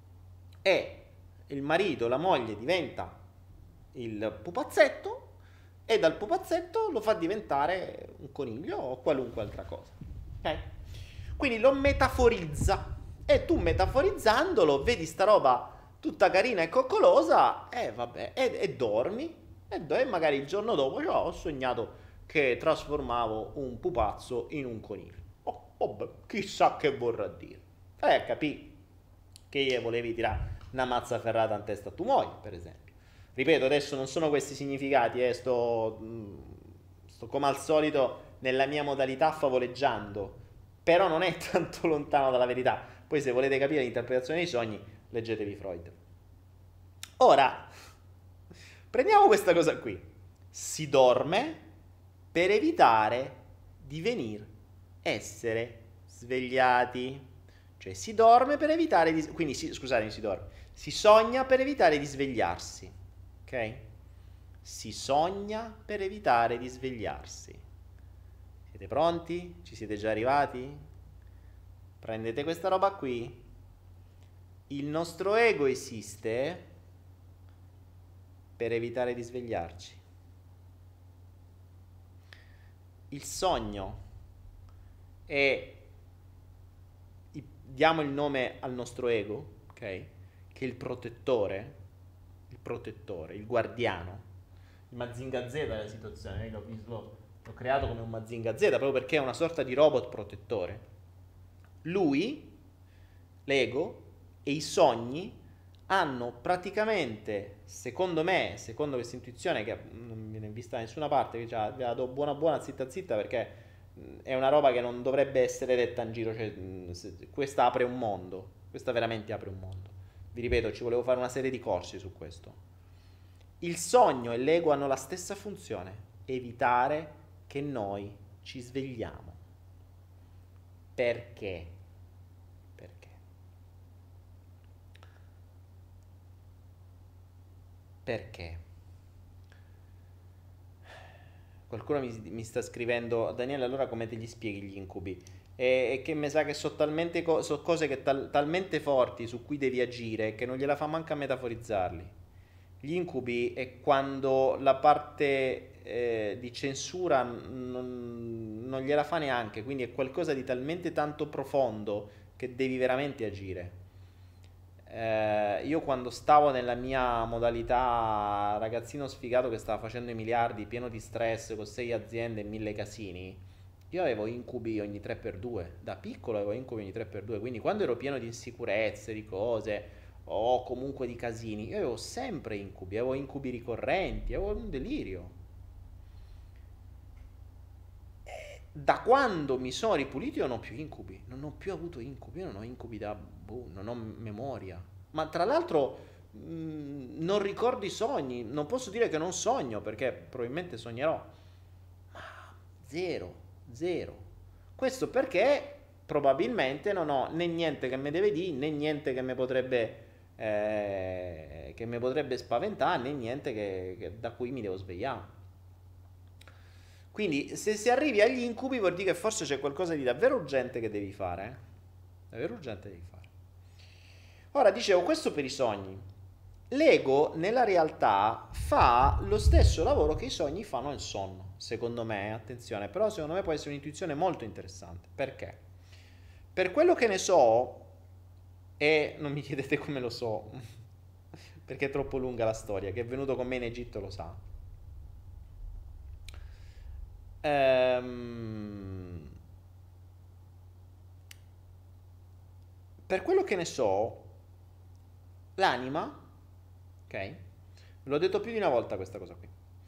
e il marito, la moglie diventa il pupazzetto e dal pupazzetto lo fa diventare un coniglio o qualunque altra cosa. Ok? Quindi lo metaforizza. E tu metaforizzandolo vedi sta roba tutta carina e coccolosa e vabbè, e, e dormi e, do, e magari il giorno dopo cioè, ho sognato che trasformavo un pupazzo in un coniglio. Oh, oh beh, chissà che vorrà dire. Eh, capì che gli volevi tirare una mazza ferrata in testa a tua moglie, per esempio. Ripeto, adesso non sono questi significati, eh, sto, sto come al solito nella mia modalità favoleggiando, però non è tanto lontano dalla verità. Poi se volete capire l'interpretazione dei sogni, leggetevi Freud. Ora, prendiamo questa cosa qui. Si dorme per evitare di venire essere svegliati. Cioè si dorme per evitare di... Quindi, si, scusatemi, si dorme. Si sogna per evitare di svegliarsi. Ok? Si sogna per evitare di svegliarsi. Siete pronti? Ci siete già arrivati? Prendete questa roba qui. Il nostro ego esiste per evitare di svegliarci. Il sogno è, diamo il nome al nostro ego, ok? Che è il protettore, il protettore, il guardiano, il Mazinga Z della situazione. L'ho, l'ho, l'ho creato come un Mazinga Z proprio perché è una sorta di robot protettore. Lui, l'ego e i sogni hanno praticamente, secondo me, secondo questa intuizione che non viene vista da nessuna parte, che già ve la do buona buona zitta zitta perché è una roba che non dovrebbe essere detta in giro, cioè, questa apre un mondo, questa veramente apre un mondo. Vi ripeto, ci volevo fare una serie di corsi su questo. Il sogno e l'ego hanno la stessa funzione, evitare che noi ci svegliamo. Perché? Perché? Perché? Qualcuno mi, mi sta scrivendo, Daniele, allora come te li spieghi gli incubi? E, e che mi sa che sono talmente co- so cose che tal- talmente forti su cui devi agire che non gliela fa manca a metaforizzarli. Gli incubi è quando la parte eh, di censura non, non gliela fa neanche, quindi è qualcosa di talmente tanto profondo che devi veramente agire. Eh, io quando stavo nella mia modalità ragazzino sfigato che stava facendo i miliardi, pieno di stress, con sei aziende e mille casini, io avevo incubi ogni tre per due, da piccolo avevo incubi ogni tre per due, quindi quando ero pieno di insicurezze, di cose, o comunque di casini, io avevo sempre incubi, avevo incubi ricorrenti, avevo un delirio. E da quando mi sono ripulito io non ho più incubi, non ho più avuto incubi, io non ho incubi da, boh, non ho memoria. Ma tra l'altro mh, non ricordo i sogni, non posso dire che non sogno, perché probabilmente sognerò, ma zero, zero. Questo perché probabilmente non ho né niente che mi deve dire, né niente che mi potrebbe... Eh, che mi potrebbe spaventare né niente che, che da cui mi devo svegliare. Quindi se si arrivi agli incubi vuol dire che forse c'è qualcosa di davvero urgente che devi fare, eh? Davvero urgente devi fare. Ora dicevo questo per i sogni. L'ego nella realtà fa lo stesso lavoro che i sogni fanno nel sonno, secondo me, attenzione, però secondo me può essere un'intuizione molto interessante. Perché? Per quello che ne so, e non mi chiedete come lo so, perché è troppo lunga la storia. Chi è venuto con me in Egitto lo sa. Ehm, per quello che ne so, l'anima, ok? L'ho detto più di una volta questa cosa qui.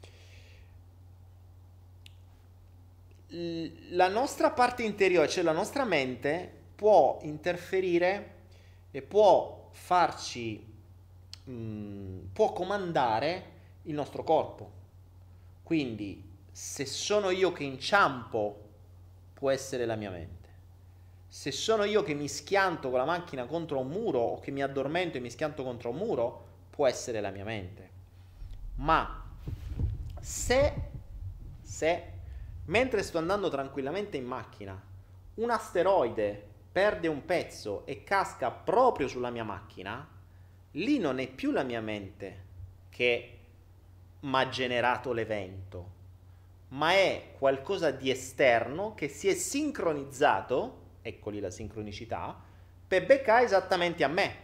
La nostra parte interiore, cioè la nostra mente, può interferire e può farci, mh, può comandare il nostro corpo. Quindi, se sono io che inciampo, può essere la mia mente. Se sono io che mi schianto con la macchina contro un muro o che mi addormento e mi schianto contro un muro, può essere la mia mente. Ma se, se mentre sto andando tranquillamente in macchina, un asteroide perde un pezzo e casca proprio sulla mia macchina, lì non è più la mia mente che mi ha generato l'evento, ma è qualcosa di esterno che si è sincronizzato, eccoli la sincronicità, per beccare esattamente a me.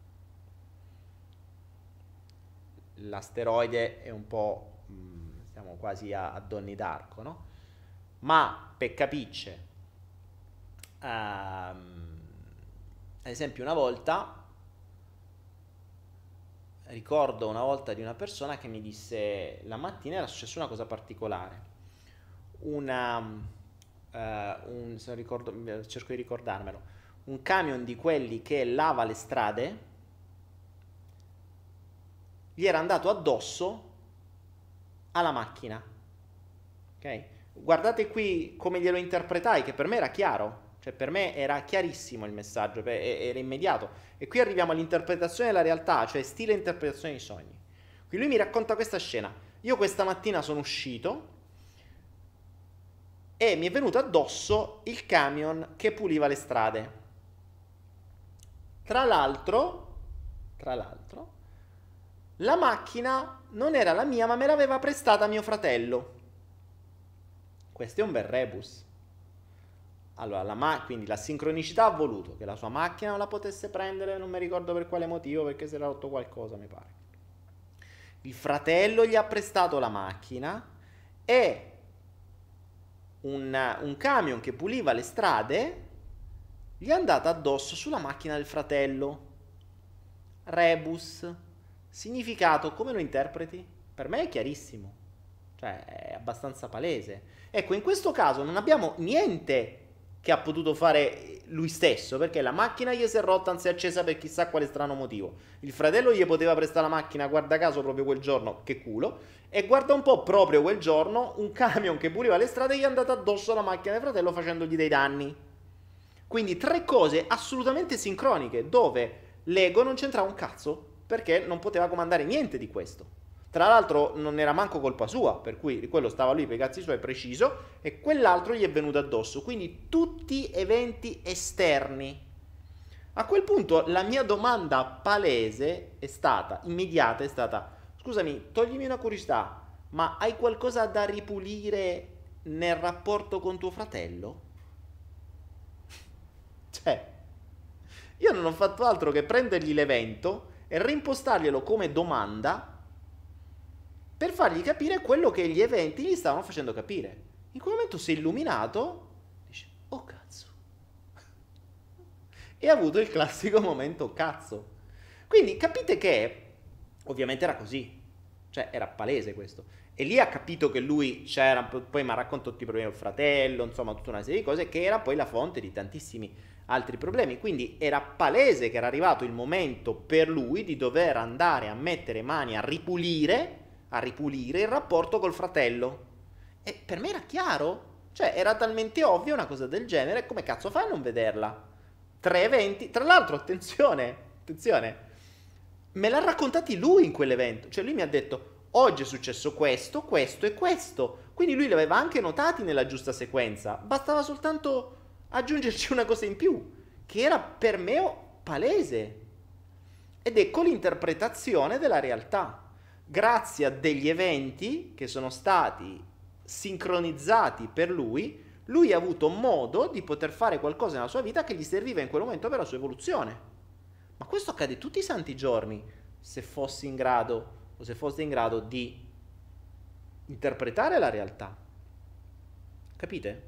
L'asteroide è un po', mh, siamo quasi a, a Donnie Darko, no? Ma per capicce, um, ad esempio una volta, ricordo una volta di una persona che mi disse, la mattina era successa una cosa particolare, una, uh, un, se non ricordo, cerco di ricordarmelo, un camion di quelli che lava le strade, gli era andato addosso alla macchina, ok? Guardate qui come glielo interpretai, che per me era chiaro, cioè per me era chiarissimo il messaggio, era immediato. E qui arriviamo all'interpretazione della realtà, cioè stile interpretazione dei sogni. Qui lui mi racconta questa scena. Io questa mattina sono uscito e mi è venuto addosso il camion che puliva le strade. Tra l'altro, tra l'altro, la macchina non era la mia, ma me l'aveva prestata mio fratello. Questo è un bel rebus. Allora, la ma- quindi la sincronicità ha voluto che la sua macchina non la potesse prendere, non mi ricordo per quale motivo, perché si era rotto qualcosa, mi pare. Il fratello gli ha prestato la macchina e un, un camion che puliva le strade gli è andato addosso sulla macchina del fratello. Rebus. Significato, come lo interpreti? Per me è chiarissimo. Cioè, è abbastanza palese. Ecco, in questo caso non abbiamo niente che ha potuto fare lui stesso, perché la macchina gli si è rotta, non si è accesa per chissà quale strano motivo. Il fratello gli poteva prestare la macchina, guarda caso, proprio quel giorno, che culo, e guarda un po', proprio quel giorno, un camion che puliva le strade gli è andato addosso alla macchina del fratello facendogli dei danni. Quindi tre cose assolutamente sincroniche, dove l'ego non c'entrava un cazzo, perché non poteva comandare niente di questo. Tra l'altro non era manco colpa sua, per cui quello stava lì per i cazzi suoi preciso e quell'altro gli è venuto addosso. Quindi tutti eventi esterni. A quel punto la mia domanda palese è stata, immediata, è stata: scusami, toglimi una curiosità, ma hai qualcosa da ripulire nel rapporto con tuo fratello? Cioè, io non ho fatto altro che prendergli l'evento e reimpostarglielo come domanda per fargli capire quello che gli eventi gli stavano facendo capire. In quel momento si è illuminato, dice, oh cazzo. E ha avuto il classico momento cazzo. Quindi capite che ovviamente era così, cioè era palese questo. E lì ha capito che lui c'era, poi mi ha raccontato tutti i problemi del fratello, insomma tutta una serie di cose, che era poi la fonte di tantissimi altri problemi. Quindi era palese che era arrivato il momento per lui di dover andare a mettere mani a ripulire a ripulire il rapporto col fratello. E per me era chiaro, cioè era talmente ovvia una cosa del genere, come cazzo fai a non vederla? Tre eventi, tra l'altro attenzione, attenzione, me l'ha raccontati lui in quell'evento, cioè lui mi ha detto oggi è successo questo, questo e questo, quindi lui li aveva anche notati nella giusta sequenza, bastava soltanto aggiungerci una cosa in più, che era per me palese. Ed ecco l'interpretazione della realtà. Grazie a degli eventi che sono stati sincronizzati per lui, lui ha avuto modo di poter fare qualcosa nella sua vita che gli serviva in quel momento per la sua evoluzione. Ma questo accade tutti i santi giorni. se fossi in grado o se foste in grado di interpretare la realtà. Capite?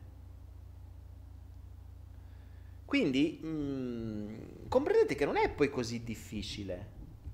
Quindi mh, comprendete che non è poi così difficile.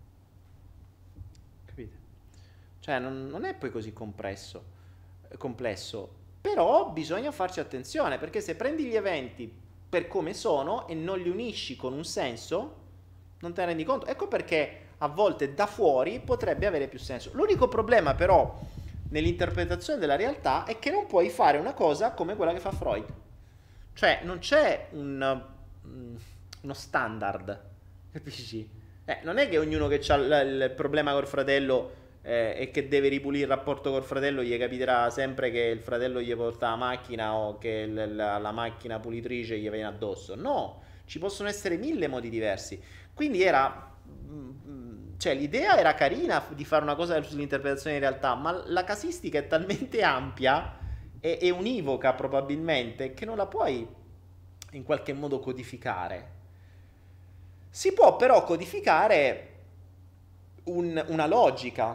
Capite? Cioè non, non è poi così compresso, complesso. Però bisogna farci attenzione, perché se prendi gli eventi per come sono e non li unisci con un senso, non te ne rendi conto. Ecco perché a volte da fuori potrebbe avere più senso. L'unico problema però nell'interpretazione della realtà è che non puoi fare una cosa come quella che fa Freud. Cioè non c'è un, um, uno standard, capisci? Eh, non è che ognuno che ha il, il problema col fratello eh, e che deve ripulire il rapporto col fratello gli capiterà sempre che il fratello gli porta la macchina o che il, la, la macchina pulitrice gli viene addosso. No, ci possono essere mille modi diversi. Quindi era... Cioè l'idea era carina di fare una cosa sull'interpretazione in realtà, ma la casistica è talmente ampia e, e univoca probabilmente che non la puoi in qualche modo codificare. Si può però codificare un, una logica.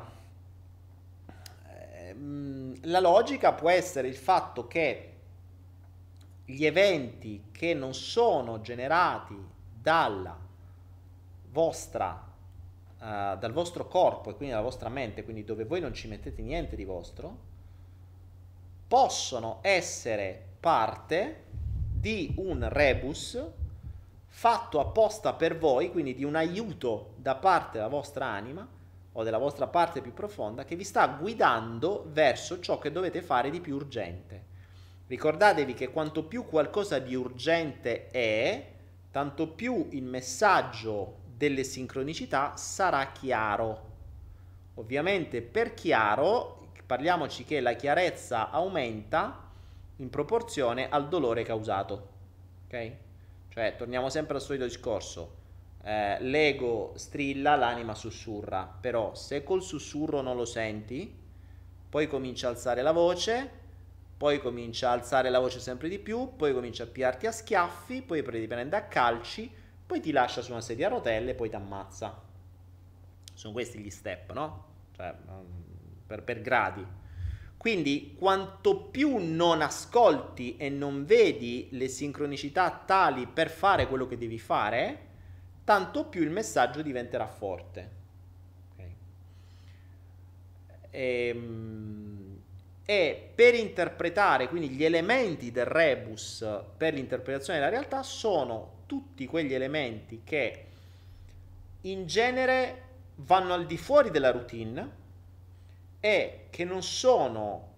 La logica può essere il fatto che gli eventi che non sono generati dalla vostra Uh, dal vostro corpo e quindi dalla vostra mente, quindi dove voi non ci mettete niente di vostro, possono essere parte di un rebus fatto apposta per voi, quindi di un aiuto da parte della vostra anima o della vostra parte più profonda che vi sta guidando verso ciò che dovete fare di più urgente. Ricordatevi che quanto più qualcosa di urgente è, tanto più il messaggio delle sincronicità sarà chiaro. Ovviamente per chiaro parliamoci che la chiarezza aumenta in proporzione al dolore causato, ok? Cioè torniamo sempre al solito discorso, eh, l'ego strilla, l'anima sussurra, però se col sussurro non lo senti poi comincia a alzare la voce, poi comincia a alzare la voce sempre di più, poi comincia a piarti a schiaffi, poi ti prende a calci, poi ti lascia su una sedia a rotelle e poi ti ammazza. Sono questi gli step, no? Cioè, per, per gradi. Quindi, quanto più non ascolti e non vedi le sincronicità tali per fare quello che devi fare, tanto più il messaggio diventerà forte. Okay. E, e per interpretare, quindi gli elementi del rebus per l'interpretazione della realtà sono tutti quegli elementi che in genere vanno al di fuori della routine e che non sono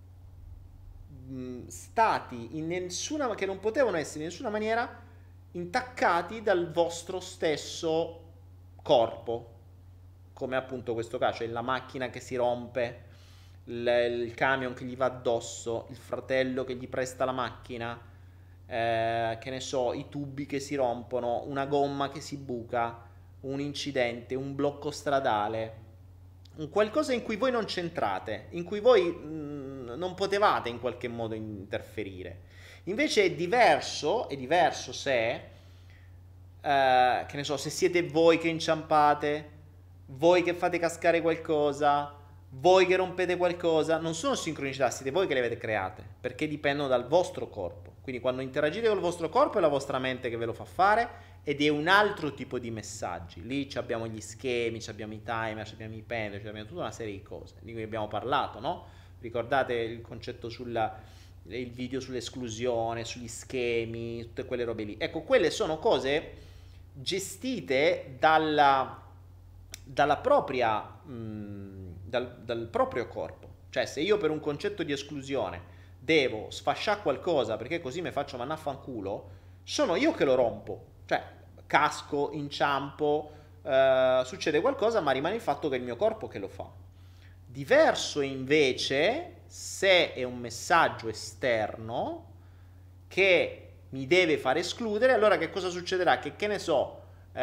mh, stati in nessuna, che non potevano essere in nessuna maniera intaccati dal vostro stesso corpo, come appunto questo caso, cioè la macchina che si rompe, il, il camion che gli va addosso, il fratello che gli presta la macchina, Eh, che ne so, i tubi che si rompono, una gomma che si buca, un incidente, un blocco stradale, un qualcosa in cui voi non c'entrate, in cui voi mh, non potevate in qualche modo interferire. Invece è diverso, è diverso se, eh, che ne so, se siete voi che inciampate, voi che fate cascare qualcosa, voi che rompete qualcosa, non sono sincronicità, siete voi che le avete create, perché dipendono dal vostro corpo. Quindi quando interagite con il vostro corpo è la vostra mente che ve lo fa fare ed è un altro tipo di messaggi. Lì abbiamo gli schemi, abbiamo i timer, abbiamo i pendrive, abbiamo tutta una serie di cose di cui abbiamo parlato, no? Ricordate il concetto sulla, il video sull'esclusione, sugli schemi, tutte quelle robe lì. Ecco, quelle sono cose gestite dalla, dalla propria, mh, dal, dal proprio corpo. Cioè se io per un concetto di esclusione devo sfasciare qualcosa perché così mi faccio manaffanculo, sono io che lo rompo, cioè casco, inciampo, eh, succede qualcosa, ma rimane il fatto che è il mio corpo che lo fa. Diverso invece se è un messaggio esterno che mi deve far escludere, allora che cosa succederà? Che che ne so,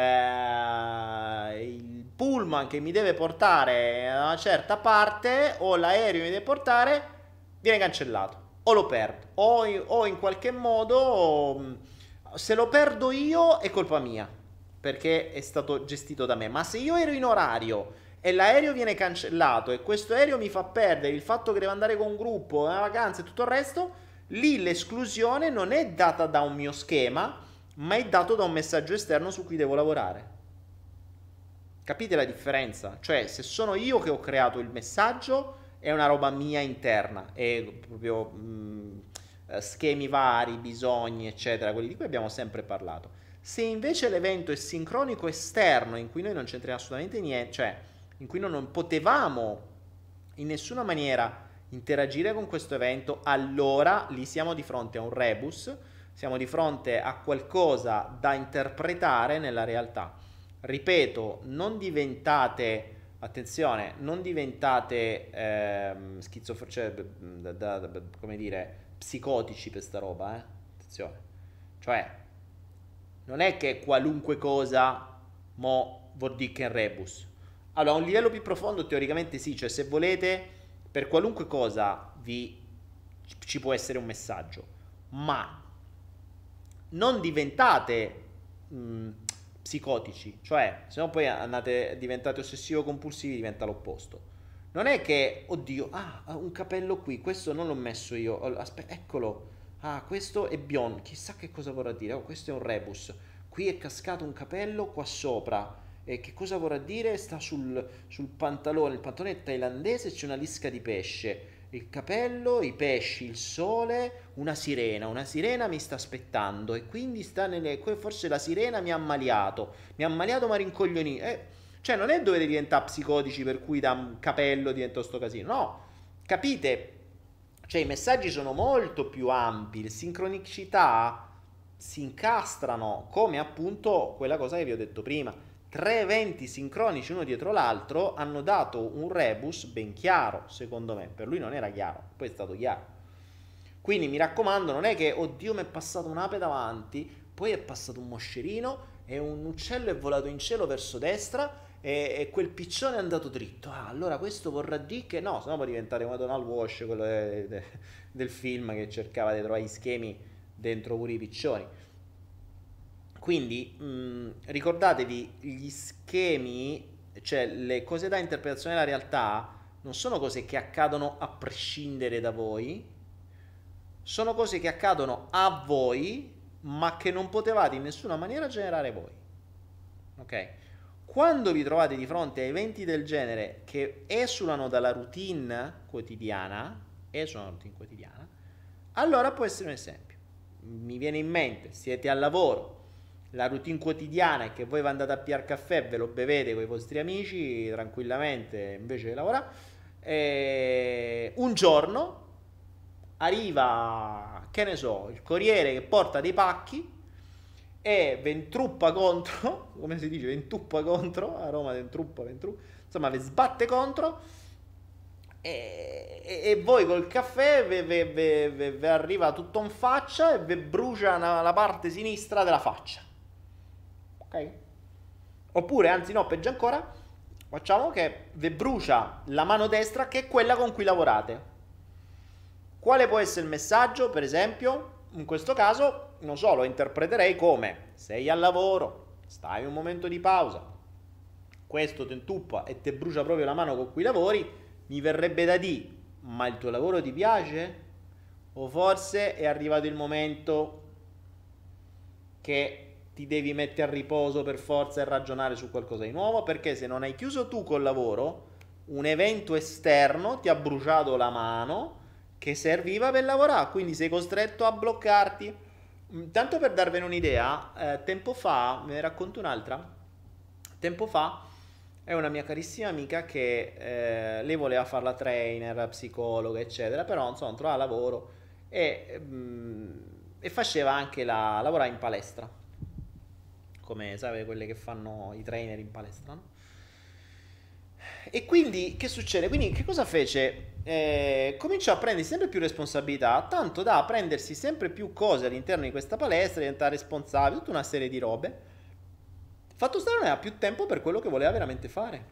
eh, il pullman che mi deve portare a una certa parte o l'aereo che mi deve portare viene cancellato. O lo perdo, o in, o in qualche modo, se lo perdo io è colpa mia, perché è stato gestito da me. Ma se io ero in orario e l'aereo viene cancellato e questo aereo mi fa perdere il fatto che devo andare con un gruppo, una vacanza e tutto il resto, lì l'esclusione non è data da un mio schema, ma è dato da un messaggio esterno su cui devo lavorare. Capite la differenza? Cioè, se sono io che ho creato il messaggio, è una roba mia interna, è proprio mh, schemi vari, bisogni, eccetera, quelli di cui abbiamo sempre parlato. Se invece l'evento è sincronico esterno, in cui noi non c'entriamo assolutamente niente, cioè in cui noi non potevamo in nessuna maniera interagire con questo evento, allora lì siamo di fronte a un rebus, siamo di fronte a qualcosa da interpretare nella realtà. Ripeto, non diventate, attenzione, non diventate ehm, schizofreni, cioè, da, da, da, come dire, psicotici per sta roba, eh? Attenzione. Cioè, non è che qualunque cosa mo vuol dire che è un rebus. Allora, a un livello più profondo, teoricamente sì, cioè se volete, per qualunque cosa vi, ci può essere un messaggio, ma non diventate mh, psicotici, cioè se no poi andate, diventate ossessivo-compulsivi, diventa l'opposto. Non è che, oddio, ah, un capello qui, questo non l'ho messo io, aspetta, eccolo, ah, questo è biondo, chissà che cosa vorrà dire, oh, questo è un rebus, qui è cascato un capello qua sopra, e che cosa vorrà dire? Sta sul, sul pantalone, il pantalone è thailandese, c'è una lisca di pesce, il capello, i pesci, il sole, una sirena, una sirena mi sta aspettando e quindi sta nelle, forse la sirena mi ha ammaliato, mi ha ammaliato ma rincoglionito, eh, cioè non è dovete diventare psicotici per cui da un capello diventa sto casino, no, capite? Cioè i messaggi sono molto più ampi, le sincronicità si incastrano come appunto quella cosa che vi ho detto prima. Tre eventi sincronici uno dietro l'altro hanno dato un rebus ben chiaro, secondo me. Per lui non era chiaro, poi è stato chiaro. Quindi mi raccomando, non è che, oddio, mi è passato un'ape davanti, poi è passato un moscerino e un uccello è volato in cielo verso destra e, e quel piccione è andato dritto. Ah, allora questo vorrà dire che no, sennò può diventare come Donald Walsh, quello de, de, del film che cercava di trovare gli schemi dentro pure i piccioni. Quindi mh, ricordatevi, gli schemi, cioè le cose da interpretazione della realtà, non sono cose che accadono a prescindere da voi, sono cose che accadono a voi, ma che non potevate in nessuna maniera generare voi. Ok? Quando vi trovate di fronte a eventi del genere che esulano dalla routine quotidiana, esulano dalla routine quotidiana, allora può essere un esempio. Mi viene in mente, siete al lavoro, la routine quotidiana è che voi andate a pigliare caffè, ve lo bevete con i vostri amici tranquillamente invece di lavorare, e un giorno arriva, che ne so, il corriere che porta dei pacchi e ventruppa contro, come si dice, ventuppa contro, a Roma ventruppa, ventruppa, insomma vi sbatte contro e, e, e voi col caffè vi arriva tutto in faccia e vi brucia una, la parte sinistra della faccia. Ok? Oppure, anzi no, peggio ancora, facciamo che vi brucia la mano destra che è quella con cui lavorate. Quale può essere il messaggio, per esempio? In questo caso, non so, lo interpreterei come: sei al lavoro, stai un momento di pausa, questo ti intuppa e ti brucia proprio la mano con cui lavori, mi verrebbe da dire: ma il tuo lavoro ti piace? O forse è arrivato il momento che ti devi mettere a riposo per forza e ragionare su qualcosa di nuovo? Perché se non hai chiuso tu col lavoro, un evento esterno ti ha bruciato la mano che serviva per lavorare, quindi sei costretto a bloccarti. Tanto per darvene un'idea, eh, tempo fa, ve ne racconto un'altra, tempo fa è una mia carissima amica che eh, lei voleva fare la trainer, psicologa, eccetera, però insomma non trovava lavoro e, mh, e faceva anche la, lavorava in palestra, come sapete quelle che fanno i trainer in palestra, no? E quindi che succede? Quindi che cosa fece? Eh, cominciò a prendere sempre più responsabilità, tanto da prendersi sempre più cose all'interno di questa palestra, diventare responsabile, tutta una serie di robe. Fatto sta, non aveva più tempo per quello che voleva veramente fare.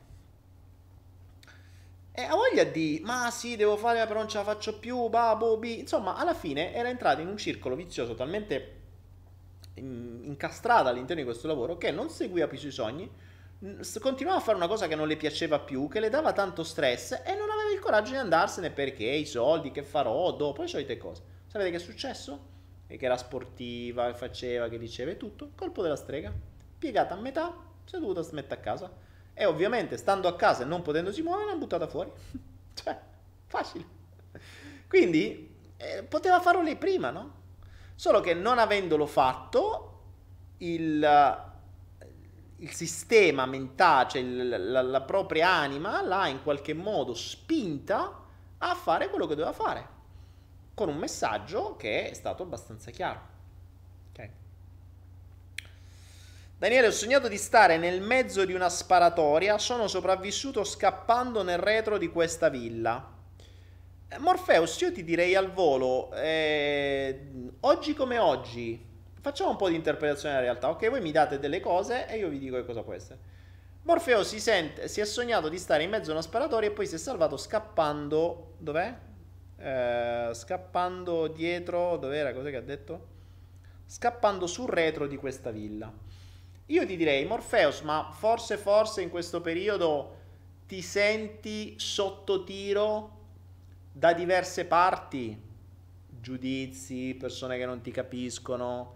E ha voglia di, ma sì, devo fare, però non ce la faccio più, babo, bi. Insomma, alla fine era entrato in un circolo vizioso talmente incastrata all'interno di questo lavoro, che non seguiva più i suoi sogni, continuava a fare una cosa che non le piaceva più, che le dava tanto stress e non aveva il coraggio di andarsene perché i soldi che farò dopo, le solite cose. Sapete che è successo? E che era sportiva, che faceva, che diceva e tutto, colpo della strega, piegata a metà, si è dovuta mettere a casa e ovviamente stando a casa e non potendosi muovere l'hanno buttata fuori. Cioè, facile. Quindi eh, poteva farlo lei prima, no? Solo che non avendolo fatto, il il sistema mentale, cioè il, la, la propria anima, l'ha in qualche modo spinta a fare quello che doveva fare, con un messaggio che è stato abbastanza chiaro. Ok. Daniele, ho sognato di stare nel mezzo di una sparatoria, sono sopravvissuto scappando nel retro di questa villa. Eh, Morpheus, io ti direi al volo, eh, oggi come oggi, facciamo un po' di interpretazione della realtà, ok? Voi mi date delle cose e io vi dico che cosa può essere. Morfeo si sente, si è sognato di stare in mezzo a una sparatoria e poi si è salvato scappando, dov'è? Eh, scappando dietro, dov'era? Cos'è che ha detto? Scappando sul retro di questa villa. Io ti direi, Morpheus, ma forse, forse in questo periodo ti senti sotto tiro da diverse parti, giudizi, persone che non ti capiscono.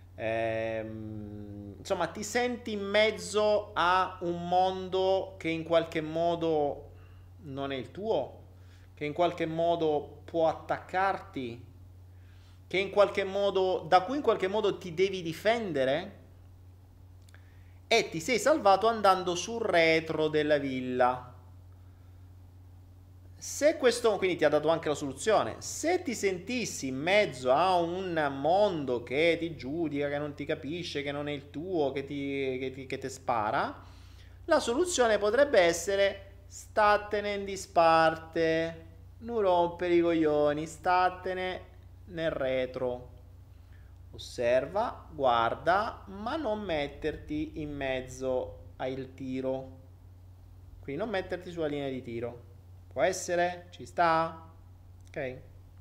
Ehm, insomma, ti senti in mezzo a un mondo che in qualche modo non è il tuo, che in qualche modo può attaccarti, che in qualche modo, da cui in qualche modo ti devi difendere, e ti sei salvato andando sul retro della villa. Se questo, quindi ti ha dato anche la soluzione, se ti sentissi in mezzo a un mondo che ti giudica, che non ti capisce, che non è il tuo, che ti, che ti, che ti spara, la soluzione potrebbe essere statene in disparte, non rompere i coglioni, statene nel retro, osserva, guarda, ma non metterti in mezzo al tiro, quindi non metterti sulla linea di tiro. Può essere? Ci sta? Ok.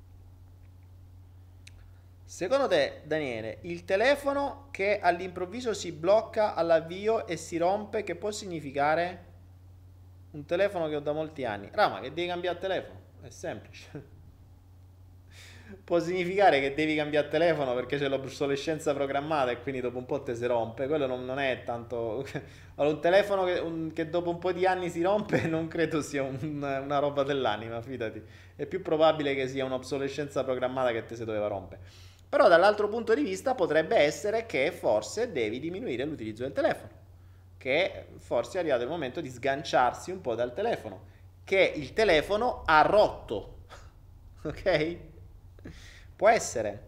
Secondo te, Daniele, il telefono che all'improvviso si blocca all'avvio e si rompe, che può significare? Un telefono che ho da molti anni. Rama, che devi cambiare il telefono? È semplice. Può significare che devi cambiare il telefono perché c'è l'obsolescenza programmata e quindi dopo un po' te si rompe. Quello non, non è tanto... Allora, un telefono che, un, che dopo un po' di anni si rompe non credo sia un, una roba dell'anima, fidati. È più probabile che sia un'obsolescenza programmata che te si doveva rompere. Però dall'altro punto di vista potrebbe essere che forse devi diminuire l'utilizzo del telefono, che forse è arrivato il momento di sganciarsi un po' dal telefono, che il telefono ha rotto. Ok? Può essere.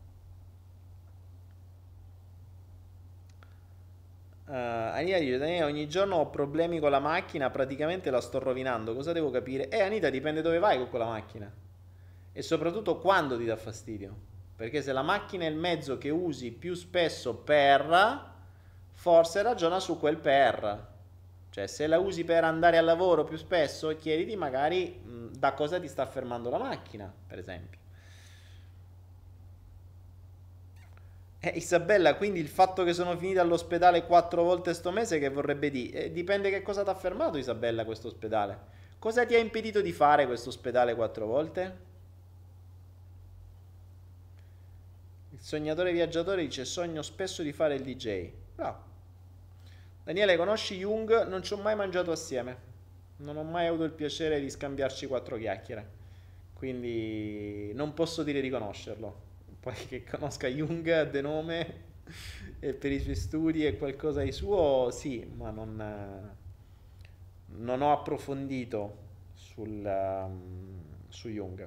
Uh, Anita dice, Daniele, ogni giorno ho problemi con la macchina, praticamente la sto rovinando, cosa devo capire? Eh Anita, dipende dove vai con quella macchina e soprattutto quando ti dà fastidio, perché se la macchina è il mezzo che usi più spesso per, forse ragiona su quel per, cioè se la usi per andare al lavoro più spesso, chiediti magari mh, da cosa ti sta fermando la macchina, per esempio. Eh, Isabella, quindi il fatto che sono finita all'ospedale quattro volte sto mese che vorrebbe dire? Eh, dipende che cosa ti ha fermato, Isabella, questo ospedale. Cosa ti ha impedito di fare questo ospedale quattro volte? Il sognatore viaggiatore dice, sogno spesso di fare il D J. Bravo. Daniele, conosci Jung? Non ci ho mai mangiato assieme. Non ho mai avuto il piacere di scambiarci quattro chiacchiere. Quindi non posso dire di conoscerlo. Poi che conosca Jung de nome e per i suoi studi e qualcosa di suo, sì, ma non, non ho approfondito sul, um, su Jung.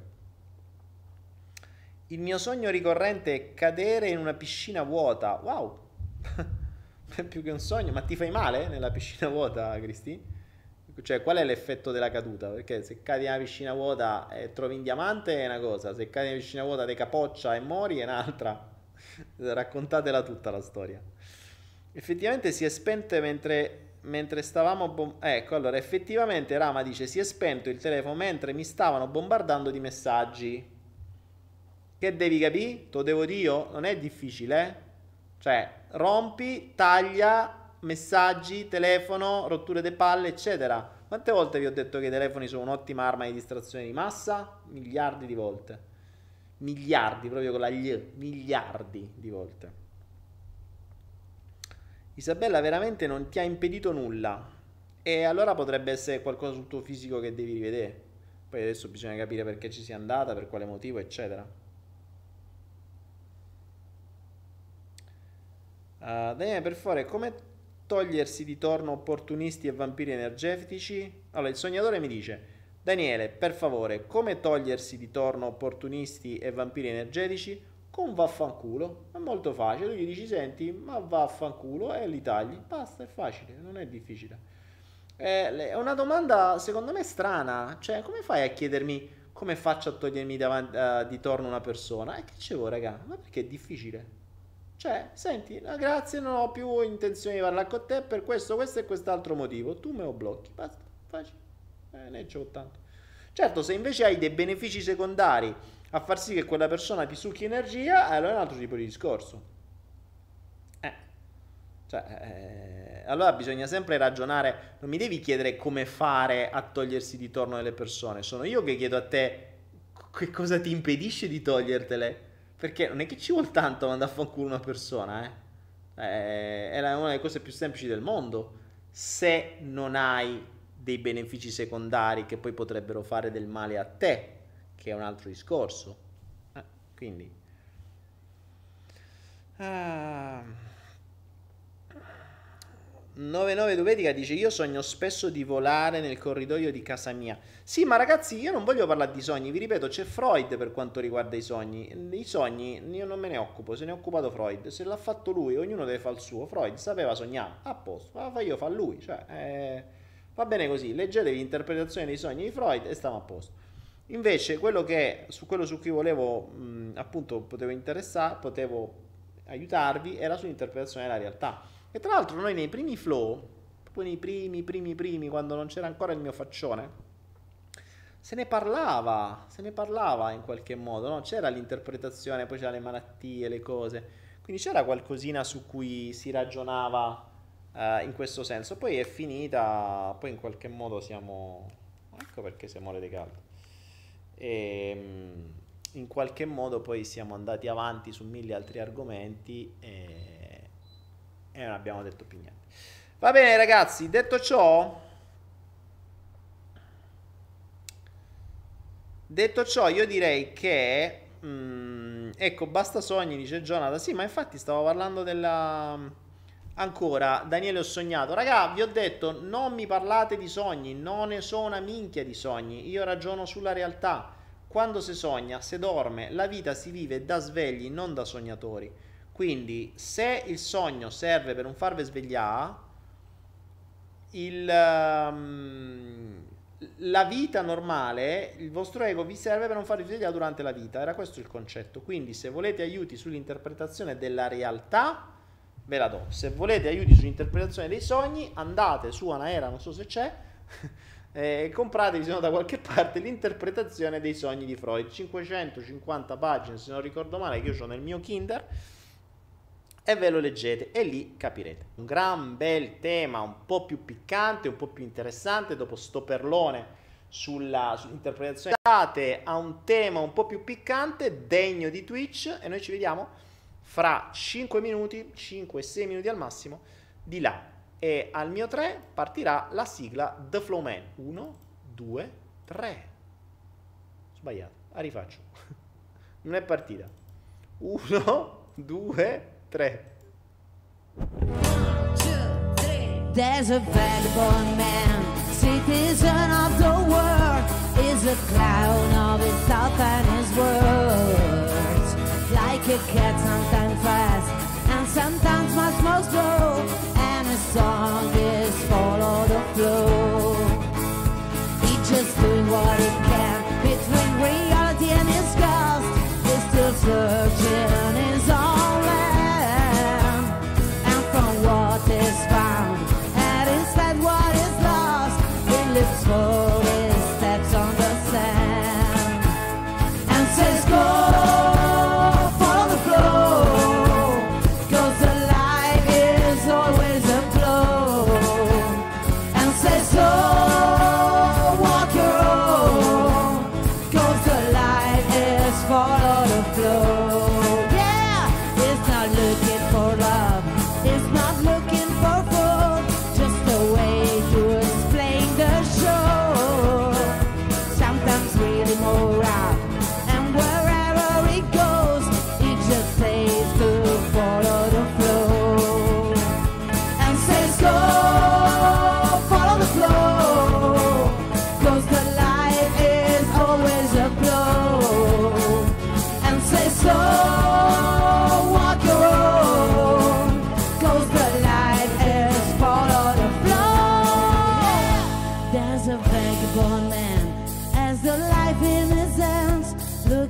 Il mio sogno ricorrente è cadere in una piscina vuota. Wow! È più che un sogno. Ma ti fai male nella piscina vuota, Cristi? Cioè, qual è l'effetto della caduta? Perché se cadi in una piscina vuota e trovi un diamante è una cosa, se cadi in una piscina vuota ti capoccia e mori è un'altra. Raccontatela tutta la storia. Effettivamente si è spento mentre, mentre stavamo... Bom- ecco, allora, effettivamente Rama dice, si è spento il telefono mentre mi stavano bombardando di messaggi. Che devi capire? Te lo devo dire io? Non è difficile, eh? Cioè, rompi, taglia, messaggi, telefono, rotture de palle, eccetera. Quante volte vi ho detto che i telefoni sono un'ottima arma di distrazione di massa? Miliardi di volte. Miliardi, proprio con la gli, miliardi di volte. Isabella veramente non ti ha impedito nulla. E allora potrebbe essere qualcosa sul tuo fisico che devi rivedere. Poi adesso bisogna capire perché ci sia andata, per quale motivo, eccetera. Uh, Daniele, per favore, come togliersi di torno opportunisti e vampiri energetici? Allora, il sognatore mi dice: Daniele, per favore, come togliersi di torno opportunisti e vampiri energetici? Con vaffanculo. È molto facile. Tu gli dici: senti, ma vaffanculo, e li tagli. Basta, è facile, non è difficile. È una domanda secondo me strana. Cioè, come fai a chiedermi come faccio a togliermi davanti, uh, di torno una persona? E che ce vuoi, raga? Ma perché è difficile? Cioè, senti, grazie, non ho più intenzione di parlare con te per questo, questo e quest'altro motivo. Tu me lo blocchi, basta, facile. Eh, ne c'ho tanto. Certo, se invece hai dei benefici secondari a far sì che quella persona ti succhi energia, allora è un altro tipo di discorso. Eh. Cioè, eh, allora bisogna sempre ragionare. Non mi devi chiedere come fare a togliersi di torno delle persone. Sono io che chiedo a te che cosa ti impedisce di togliertele. Perché non è che ci vuole tanto mandare a fanculo una persona, eh? eh è una delle cose più semplici del mondo. Se non hai dei benefici secondari che poi potrebbero fare del male a te, che è un altro discorso. Eh, quindi ah. novantanove Duvetica dice: io sogno spesso di volare nel corridoio di casa mia. Sì, ma ragazzi, io non voglio parlare di sogni, vi ripeto, c'è Freud per quanto riguarda i sogni. I sogni io non me ne occupo, se ne è occupato Freud. Se l'ha fatto lui, ognuno deve fare il suo. Freud sapeva sognare, a posto, ma io fa lui, cioè eh, va bene così. Leggetevi l'interpretazione dei sogni di Freud e stiamo a posto. Invece quello che su quello su cui volevo mh, appunto potevo interessare, potevo aiutarvi, era sull'interpretazione della realtà. E tra l'altro noi nei primi flow, proprio nei primi, primi, primi, quando non c'era ancora il mio faccione, se ne parlava, se ne parlava in qualche modo, no? C'era l'interpretazione, poi c'era le malattie, le cose, quindi c'era qualcosina su cui si ragionava eh, in questo senso. Poi è finita, poi in qualche modo siamo, ecco perché si muore di caldo, e in qualche modo poi siamo andati avanti su mille altri argomenti e... e non abbiamo detto più niente. Va bene ragazzi, detto ciò detto ciò io direi che mh, ecco, basta sogni, dice Jonathan. Sì, ma infatti stavo parlando della ancora Daniele, ho sognato. Raga, vi ho detto, non mi parlate di sogni, non ne so una minchia di sogni, io ragiono sulla realtà. Quando si sogna, si dorme, la vita si vive da svegli, non da sognatori. Quindi se il sogno serve per non farvi svegliare, il, um, la vita normale, il vostro ego vi serve per non farvi svegliare durante la vita. Era questo il concetto. Quindi se volete aiuti sull'interpretazione della realtà, ve la do. Se volete aiuti sull'interpretazione dei sogni, andate su Anaera, non so se c'è, e compratevi, se no da qualche parte, l'interpretazione dei sogni di Freud. cinquecentocinquanta pagine, se non ricordo male, che io ho nel mio Kinder. E ve lo leggete e lì capirete. Un gran bel tema, un po' più piccante, un po' più interessante. Dopo sto perlone sulla, sull'interpretazione, a un tema un po' più piccante, degno di Twitch. E noi ci vediamo fra cinque minuti, cinque sei minuti al massimo, di là. E al mio tre partirà la sigla The Flow Man. uno, due, tre. Sbagliato, la rifaccio. Non è partita. uno, due, tre. There's a vagabond man, citizen of the world, is a clown of his thoughts and his words. Like a cat, sometimes fast and sometimes much more slow, and his song is follow the flow. He's just doing what he can between reality and his ghost. He's still searching his own land, and from what is found and instead what is lost, he lifts for his steps on the sand and says go, follow the flow, 'cause the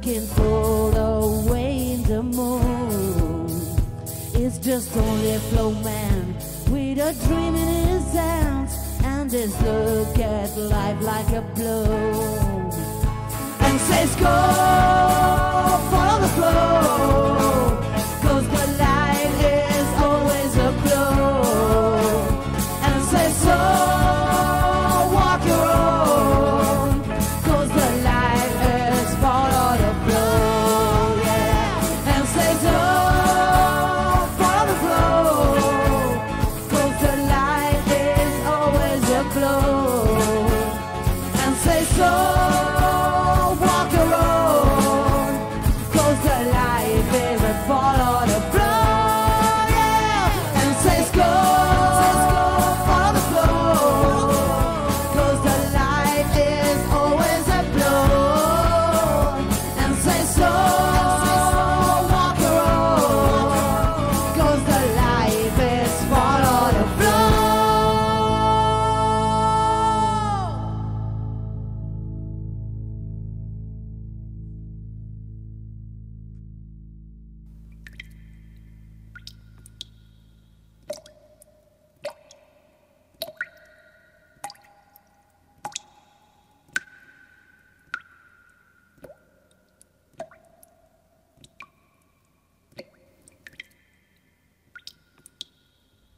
looking for the way in the moon. It's just only a flow man with a dream in his hands, and his look at life like a blow, and says go.